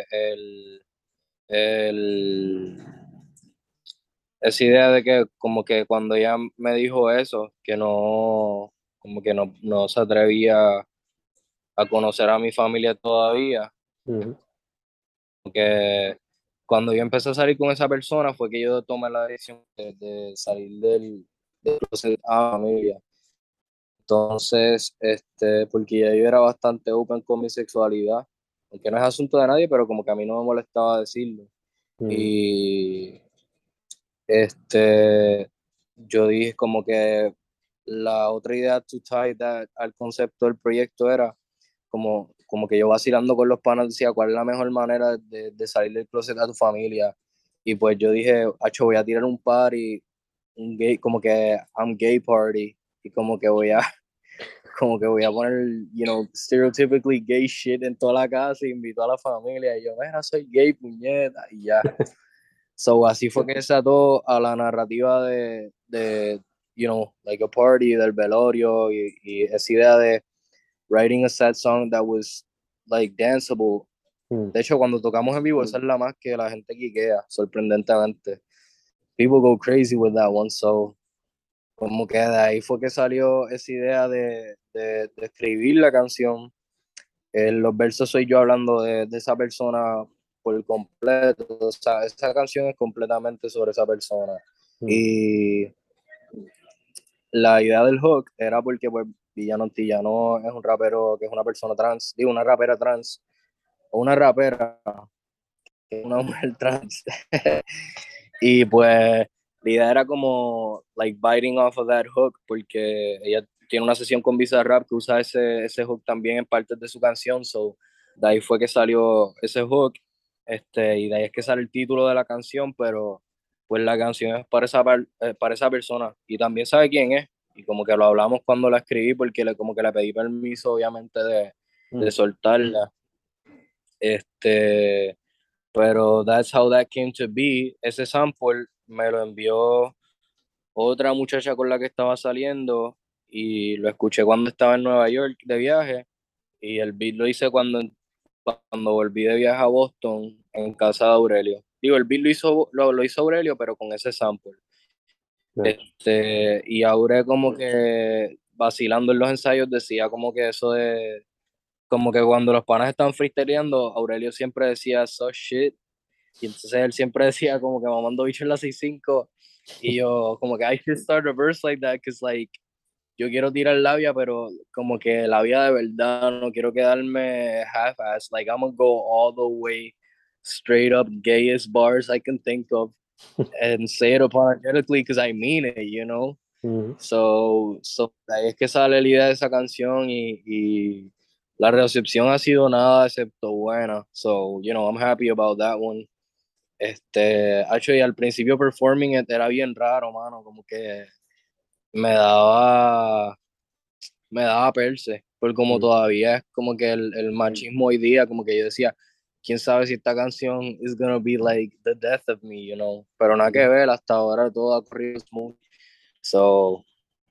S3: el, esa idea de que como que cuando ella me dijo eso, que no, como que no se atrevía a conocer a mi familia todavía,
S2: mm,
S3: que cuando yo empecé a salir con esa persona fue que yo tomé la decisión de salir del closet a mi familia. Entonces, porque ya yo era bastante open con mi sexualidad, aunque no es asunto de nadie, pero como que a mí no me molestaba decirlo.
S2: mm,
S3: Y yo dije como que la otra idea to tie that al concepto del proyecto era como que yo vacilando con los panas decía cuál es la mejor manera de salir del closet a tu familia. Y pues yo dije, acho, voy a tirar un party, un gay, como que I'm gay party, y como que voy a poner, stereotypically gay shit en toda la casa y invito a la familia. Y yo, mira, soy gay, puñeta, y ya. So, así fue que se ató a la narrativa like a party, del velorio y esa idea de writing a sad song that was like danceable.
S2: mm.
S3: De hecho, cuando tocamos en vivo, esa es la más que la gente quiquea, sorprendentemente. People go crazy with that one, so como que de ahí fue que salió esa idea de escribir la canción. Los versos soy yo hablando de esa persona por completo. O sea, esa canción es completamente sobre esa persona.
S2: Mm,
S3: Y la idea del hook era porque pues Villano Antillano es un rapero que es una persona trans, digo, una rapera trans, o una rapera que es una mujer trans. Y pues la idea era como like biting off of that hook porque ella tiene una sesión con Bizarrap que usa ese hook también en partes de su canción, so de ahí fue que salió ese hook, y de ahí es que sale el título de la canción, pero pues la canción es para esa persona y también sabe quién es y como que lo hablamos cuando la escribí porque como que le pedí permiso obviamente de
S2: mm.
S3: soltarla Pero that's how that came to be. Ese sample me lo envió otra muchacha con la que estaba saliendo y lo escuché cuando estaba en Nueva York de viaje y el beat lo hice cuando volví de viaje a Boston en casa de Aurelio. Digo, el beat lo hizo Aurelio, pero con ese sample.
S2: Gotcha.
S3: Y Aure como que vacilando en los ensayos decía como que eso de, como que cuando los panas están freestyleando, Aurelio siempre decía so shit, y entonces él siempre decía como que mamando bicho en la 6-5, y yo como que I should start a verse like that, cause like, yo quiero tirar labia, pero como que labia de verdad, no quiero quedarme half-ass, like I'm gonna go all the way, straight up gayest bars I can think of, and say it apologetically because I mean it, you know?
S2: Ujú.
S3: So ahí es que sale la idea de esa canción y la recepción ha sido nada excepto buena. So, I'm happy about that one. Actually, al principio performing it era bien raro, mano, como que me daba, me daba perse, porque como
S2: Mm.
S3: todavía es como que el machismo hoy día, como que yo decía, quién sabe si esta canción is gonna be like the death of me, pero nada que
S2: Mm.
S3: ver, hasta ahora todo ha corrido smooth. So,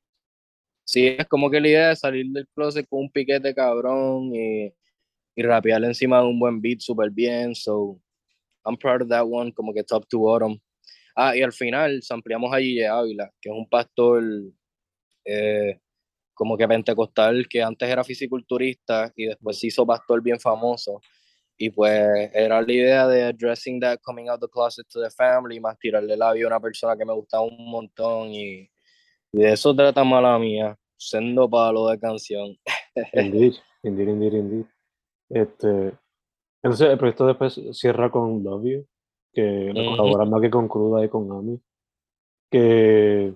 S3: sí, es como que la idea de salir del closet con un piquete cabrón y rapear encima de un buen beat súper bien. So, I'm proud of that one, como que top to bottom. Y al final ampliamos a Gille Ávila, que es un pastor eh, como que pentecostal, que antes era fisiculturista y después se hizo pastor bien famoso. Y pues era la idea de addressing that coming out the closet to the family, más tirarle labio a una persona que me gustaba un montón y de eso trata Mala Mía, sendo palo de canción.
S2: Indeed, indeed, indeed, indeed. Este, entonces el proyecto después cierra con Love You, que la
S3: Ujú.
S2: colaboran más que con Cruda y con Ami, que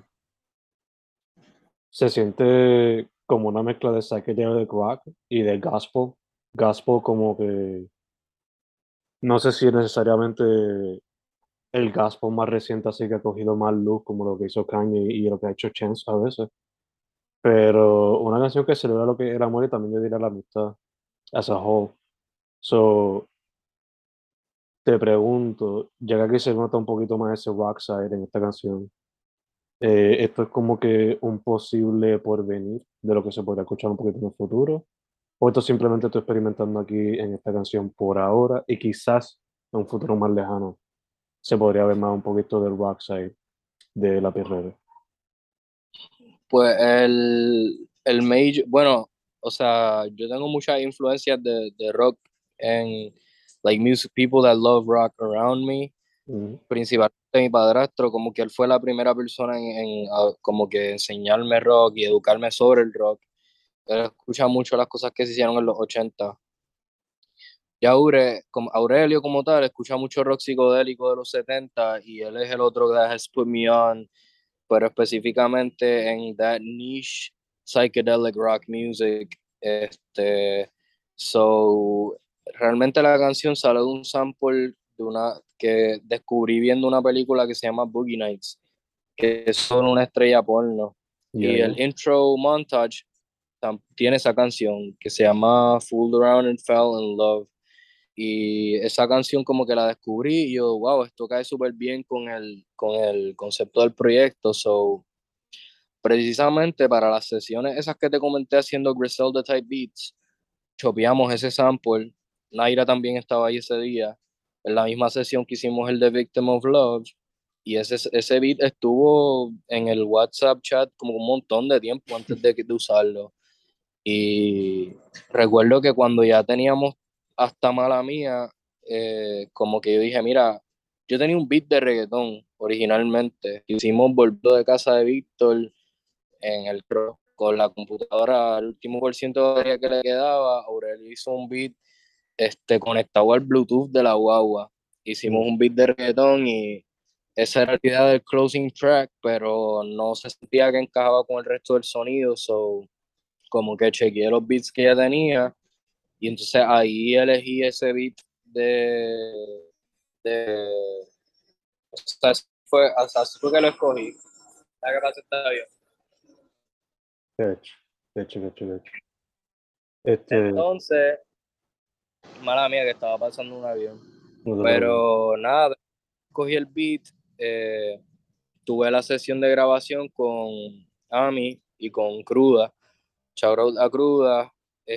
S2: se siente como una mezcla de psychedelic rock y de gospel. Gospel como que no sé si necesariamente el gospel más reciente así que ha cogido más luz como lo que hizo Kanye y lo que ha hecho Chance a veces. Pero una canción que celebra lo que es el amor y también yo diría la amistad as a whole. So, te pregunto, ya que aquí se nota un poquito más ese rock side en esta canción, ¿esto es como que un posible porvenir de lo que se podría escuchar un poquito en el futuro? ¿O esto simplemente estoy experimentando aquí en esta canción por ahora y quizás en un futuro más lejano se podría ver más un poquito del rock side de la perrera?
S3: Pues el major, bueno, o sea, yo tengo muchas influencias de rock en, like, music, people that love rock around me,
S2: Ujú.
S3: principalmente mi padrastro, como que él fue la primera persona como que enseñarme rock y educarme sobre el rock. Él escucha mucho las cosas que se hicieron en los 80. Y Aurelio como tal escucha mucho rock psicodélico de los 70 y él es el otro that has put me on, pero específicamente en that niche psychedelic rock music. So, realmente la canción sale de un sample de una que descubrí viendo una película que se llama Boogie Nights, que es sobre una estrella porno.
S2: Ya,
S3: Y el
S2: ya.
S3: intro montage tiene esa canción que se llama Fooled Around and Fell in Love. Y esa canción como que la descubrí y yo, wow, esto cae súper bien con el concepto del proyecto. So, precisamente para las sesiones esas que te comenté haciendo Griselda Type Beats, chopeamos ese sample. Naira también estaba ahí ese día, en la misma sesión que hicimos el de Victim of Love. Y ese beat estuvo en el WhatsApp chat como un montón de tiempo antes de usarlo. Y recuerdo que cuando ya teníamos hasta Mala Mía, como que yo dije, mira, yo tenía un beat de reggaetón originalmente. Hicimos Volviendo de casa de Víctor en el Pro con la computadora al último por ciento de batería que le quedaba. Aurelio hizo un beat conectado al Bluetooth de la guagua. Hicimos
S2: Mm.
S3: un beat de reggaetón y esa era la idea del closing track, pero no se sentía que encajaba con el resto del sonido. So, como que chequeé los beats que ya tenía y entonces ahí elegí ese beat de o sea, así fue que lo escogí. La que pasa está bien.
S2: De hecho, de hecho, de hecho, de hecho. Este,
S3: Entonces, Mala mía que estaba pasando un avión.
S2: No te preocupes.
S3: Pero nada, cogí el beat, tuve la sesión de grabación con Ami y con Cruda. Shout out a Cruda.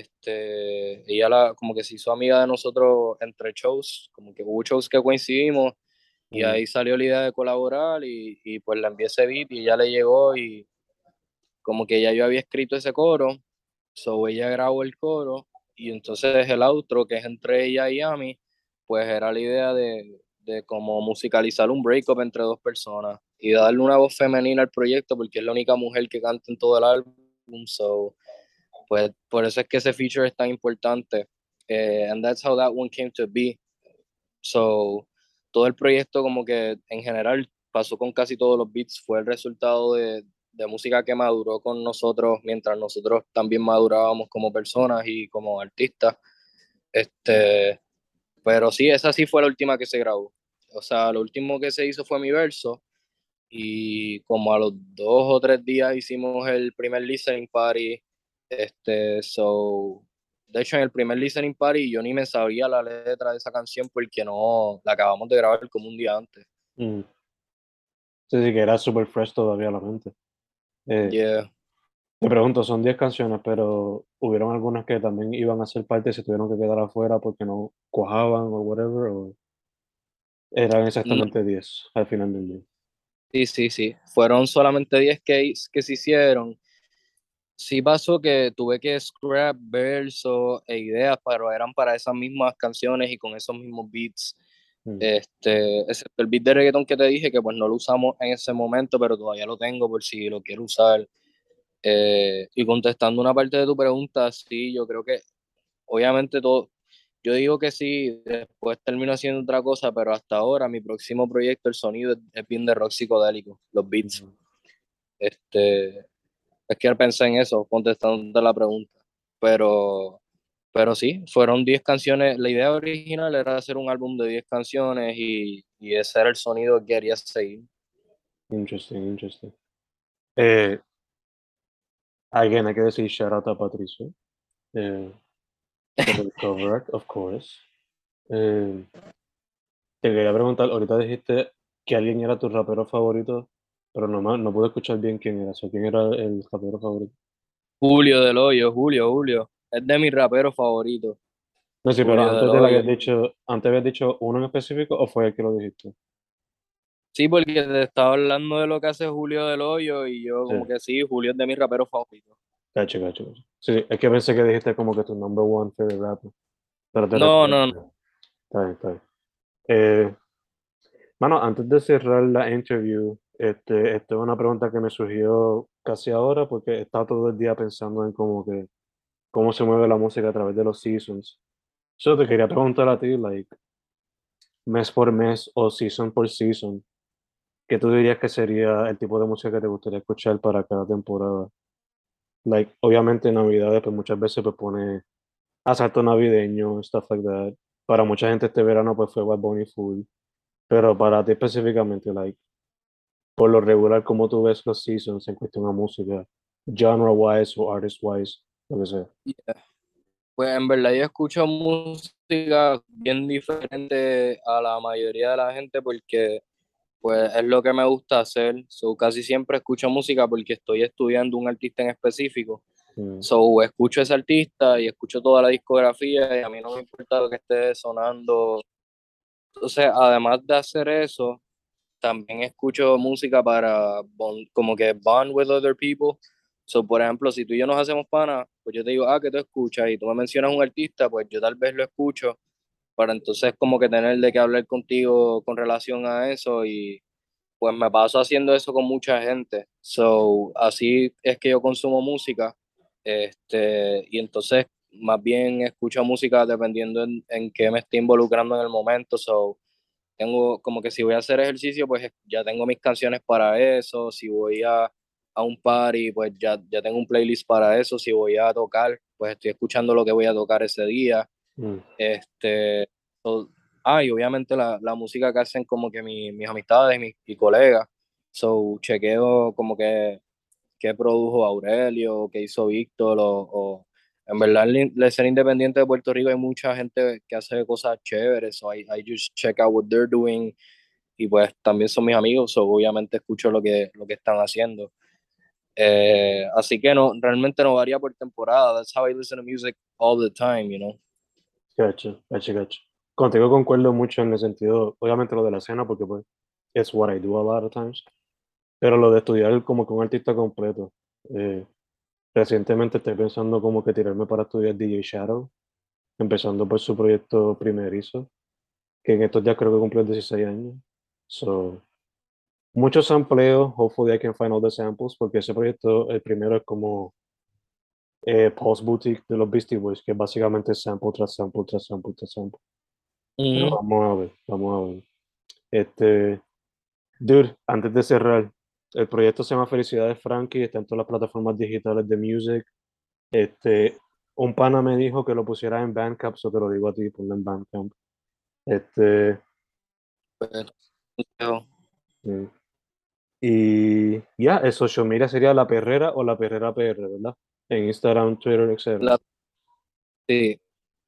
S3: Ella como que se hizo amiga de nosotros entre shows, como que hubo shows que coincidimos y
S2: Mm,
S3: ahí salió la idea de colaborar y pues le envié ese beat y ya le llegó y como que ya yo había escrito ese coro, so ella grabó el coro y entonces el outro, que es entre ella y Ami, pues era la idea de como musicalizar un breakup entre dos personas y darle una voz femenina al proyecto porque es la única mujer que canta en todo el álbum, so pues por eso es que ese feature es tan importante. And that's how that one came to be. So, todo el proyecto como que en general pasó con casi todos los beats, fue el resultado de música que maduró con nosotros mientras nosotros también madurábamos como personas y como artistas. Este, pero sí, esa sí fue la última que se grabó. O sea, lo último que se hizo fue mi verso y como a los 2 o 3 días hicimos el primer listening party. So, de hecho, en el primer listening party yo ni me sabía la letra de esa canción porque no la acabamos de grabar como un día antes.
S2: mm. Sí, sí, que era super fresh todavía la mente. Eh,
S3: Yeah.
S2: Te pregunto, son 10 canciones, pero hubieron algunas que también iban a ser parte y se tuvieron que quedar afuera porque no cuajaban o whatever, o eran
S3: No,
S2: exactamente 10 al final del día.
S3: sí, sí, sí. Fueron solamente 10 que se hicieron. Sí pasó que tuve que scrap versos e ideas, pero eran para esas mismas canciones y con esos mismos beats.
S2: Mm,
S3: Excepto el beat de reggaeton que te dije, que pues no lo usamos en ese momento, pero todavía lo tengo por si lo quiero usar. Y contestando una parte de tu pregunta, sí, yo creo que obviamente todo, yo digo que sí, después termino haciendo otra cosa, pero hasta ahora mi próximo proyecto, el sonido es bien de rock psicodélico, los beats.
S2: mm.
S3: Este, es que pensé en eso, contestando la pregunta. Pero, pero sí, fueron 10 canciones. La idea original era hacer un álbum de 10 canciones y ese era el sonido que quería seguir.
S2: Interesting, interesting. Eh, Again, hay que decir shout out a Patricio, eh, por el cover art, of course. Eh, Te quería preguntar, ahorita dijiste que alguien era tu rapero favorito, pero no pude escuchar bien quién era, o sea, quién era el rapero favorito.
S3: Julio del Hoyo, Julio. Es de mis raperos favoritos,
S2: No, sí, pero
S3: Julio del Hoyo.
S2: antes habías dicho uno en específico o fue el que lo dijiste.
S3: Sí, porque te estaba hablando de lo que hace Julio del Hoyo y yo
S2: Sí,
S3: como que sí, Julio es de mis raperos favoritos.
S2: cacho, cacho, cacho. Sí, es que pensé que dijiste como que tu number one favorite rapper, pero te
S3: No,
S2: refieres.
S3: no, no.
S2: Está bien, está bien. Eh, Mano, antes de cerrar la interview, esta es una pregunta que me surgió casi ahora porque he estado todo el día pensando en como que cómo se mueve la música a través de los seasons. Yo te quería preguntar a ti, like, mes por mes o season por season, ¿qué tú dirías que sería el tipo de música que te gustaría escuchar para cada temporada? Like, obviamente en Navidades, pues muchas veces pues pone asalto navideño, stuff like that. Para mucha gente este verano pues fue Bad Bunny full, pero para ti específicamente, like, por lo regular, ¿cómo tú ves los seasons en cuestión de música? Genre-wise o artist-wise, lo que sea.
S3: Pues en verdad yo escucho música bien diferente a la mayoría de la gente porque pues es lo que me gusta hacer. So, casi siempre escucho música porque estoy estudiando un artista en específico.
S2: Mm,
S3: So, escucho ese artista y escucho toda la discografía y a mí no me importa lo que esté sonando. Entonces, además de hacer eso, también escucho música para como que bond with other people. So, por ejemplo, si tú y yo nos hacemos pana, pues yo te digo, ¿qué tú escuchas? Y tú me mencionas un artista, pues yo tal vez lo escucho para entonces como que tener de qué hablar contigo con relación a eso y pues me paso haciendo eso con mucha gente. So, así es que yo consumo música. Y entonces más bien escucho música dependiendo en qué me esté involucrando en el momento. So, tengo como que si voy a hacer ejercicio, pues ya tengo mis canciones para eso. Si voy a un party, pues ya tengo un playlist para eso. Si voy a tocar, pues estoy escuchando lo que voy a tocar ese día.
S2: mm,
S3: Este, so- y obviamente la música que hacen como que mis amistades y colegas. So, chequeo como que qué produjo Aurelio, qué hizo Víctor, o En verdad, en la escena independiente de Puerto Rico hay mucha gente que hace cosas chéveres, so I just check out what they're doing, y pues también son mis amigos, so obviamente escucho lo que están haciendo. Así que no, realmente no varía por temporada. That's how I listen to music all the time, you know.
S2: Gacho, gacho, gacho. Contigo concuerdo mucho en el sentido, obviamente lo de la escena, porque pues es what I do a lot of times, pero lo de estudiar como que un artista completo. Eh, Recientemente estoy pensando como que tirarme para estudiar DJ Shadow, empezando por su proyecto primerizo, que en estos días creo que cumple 16 años. So, muchos sampleos, hopefully I can find all the samples, porque ese proyecto, el primero es como Pulse Boutique de los Beastie Boys, que básicamente es sample tras sample tras sample tras sample. Pero
S3: Ujú.
S2: vamos a ver, vamos a ver. Este, dude, antes de cerrar, el proyecto se llama Felicidades Frankie, está en todas las plataformas digitales de music. Este, un pana me dijo que lo pusiera en Bandcamp, so te lo digo a ti, ponlo en Bandcamp. Este,
S3: Pero,
S2: mm, y ya, el social media sería La Perrera o La Perrera PR, ¿verdad? En Instagram, Twitter, etc.
S3: la- sí,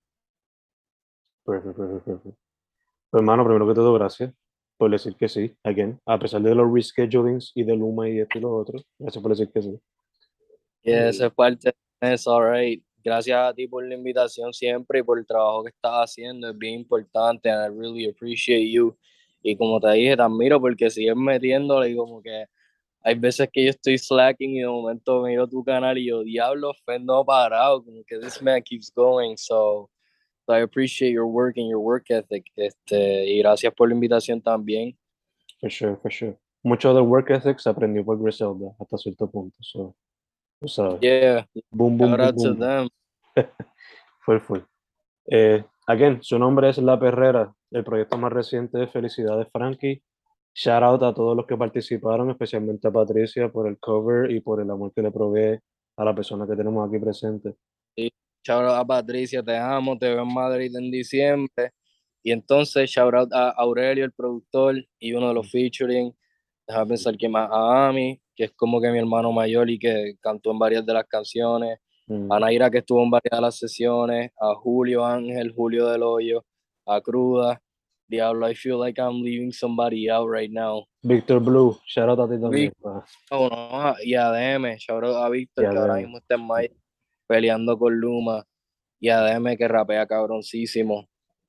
S2: Perfecto, perfecto, perfecto. Pues, hermano, primero que todo, gracias por decir que sí, again, a pesar de los reschedulings y de Luma y esto y lo otro, gracias por decir que sí.
S3: y eso
S2: Y,
S3: es parte de eso, alright. Gracias a ti por la invitación siempre y por el trabajo que estás haciendo, es bien importante, and I really appreciate you. Y como te dije, te admiro porque sigues metiéndole y como que hay veces que yo estoy slacking y de momento miro tu canal y yo, diablo, Fed no ha parado, como que this man keeps going, so I appreciate your work and your work ethic, y gracias por la invitación también.
S2: for sure, for sure. Mucho del work ethic se aprendió por Griselda hasta cierto punto, so, tú sabes.
S3: Yeah,
S2: Boom, boom,
S3: shout
S2: boom,
S3: out
S2: boom,
S3: to
S2: boom.
S3: them.
S2: Full, full. Again, su nombre es La Perrera, el proyecto más reciente de Felicidades Frankie. Shout out a todos los que participaron, especialmente a Patricia por el cover y por el amor que le provee a la persona que tenemos aquí presente.
S3: Y shout out a Patricia, te amo, te veo en Madrid en diciembre. Y entonces shout out a Aurelio, el productor, y uno de los featuring. Deja pensar que más a Ami, que es como que mi hermano mayor y que cantó en varias de las canciones. A
S2: Mm.
S3: Naira, que estuvo en varias de las sesiones. A Julio Ángel, Julio del Hoyo. A Cruda. Diablo, I feel like I'm leaving somebody out right now.
S2: Víctor Blue, shout out a ti también.
S3: Víctor, no, y a DM, shout out a Víctor,
S2: Ya
S3: que ahora
S2: de,
S3: mismo está en Maya peleando con Luma. Y a DM, que rapea cabroncísimo.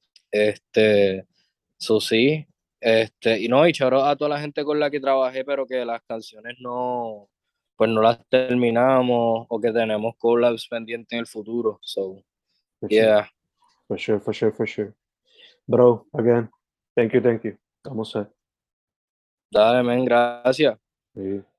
S3: Este, eso sí, y no, y choro a toda la gente con la que trabajé, pero que las canciones no, pues no las terminamos o que tenemos collabs pendientes en el futuro. So,
S2: for sure,
S3: yeah,
S2: for sure, for sure, for sure. Bro, again, thank you, thank you. Vamos a
S3: dale, men, gracias.
S2: ver.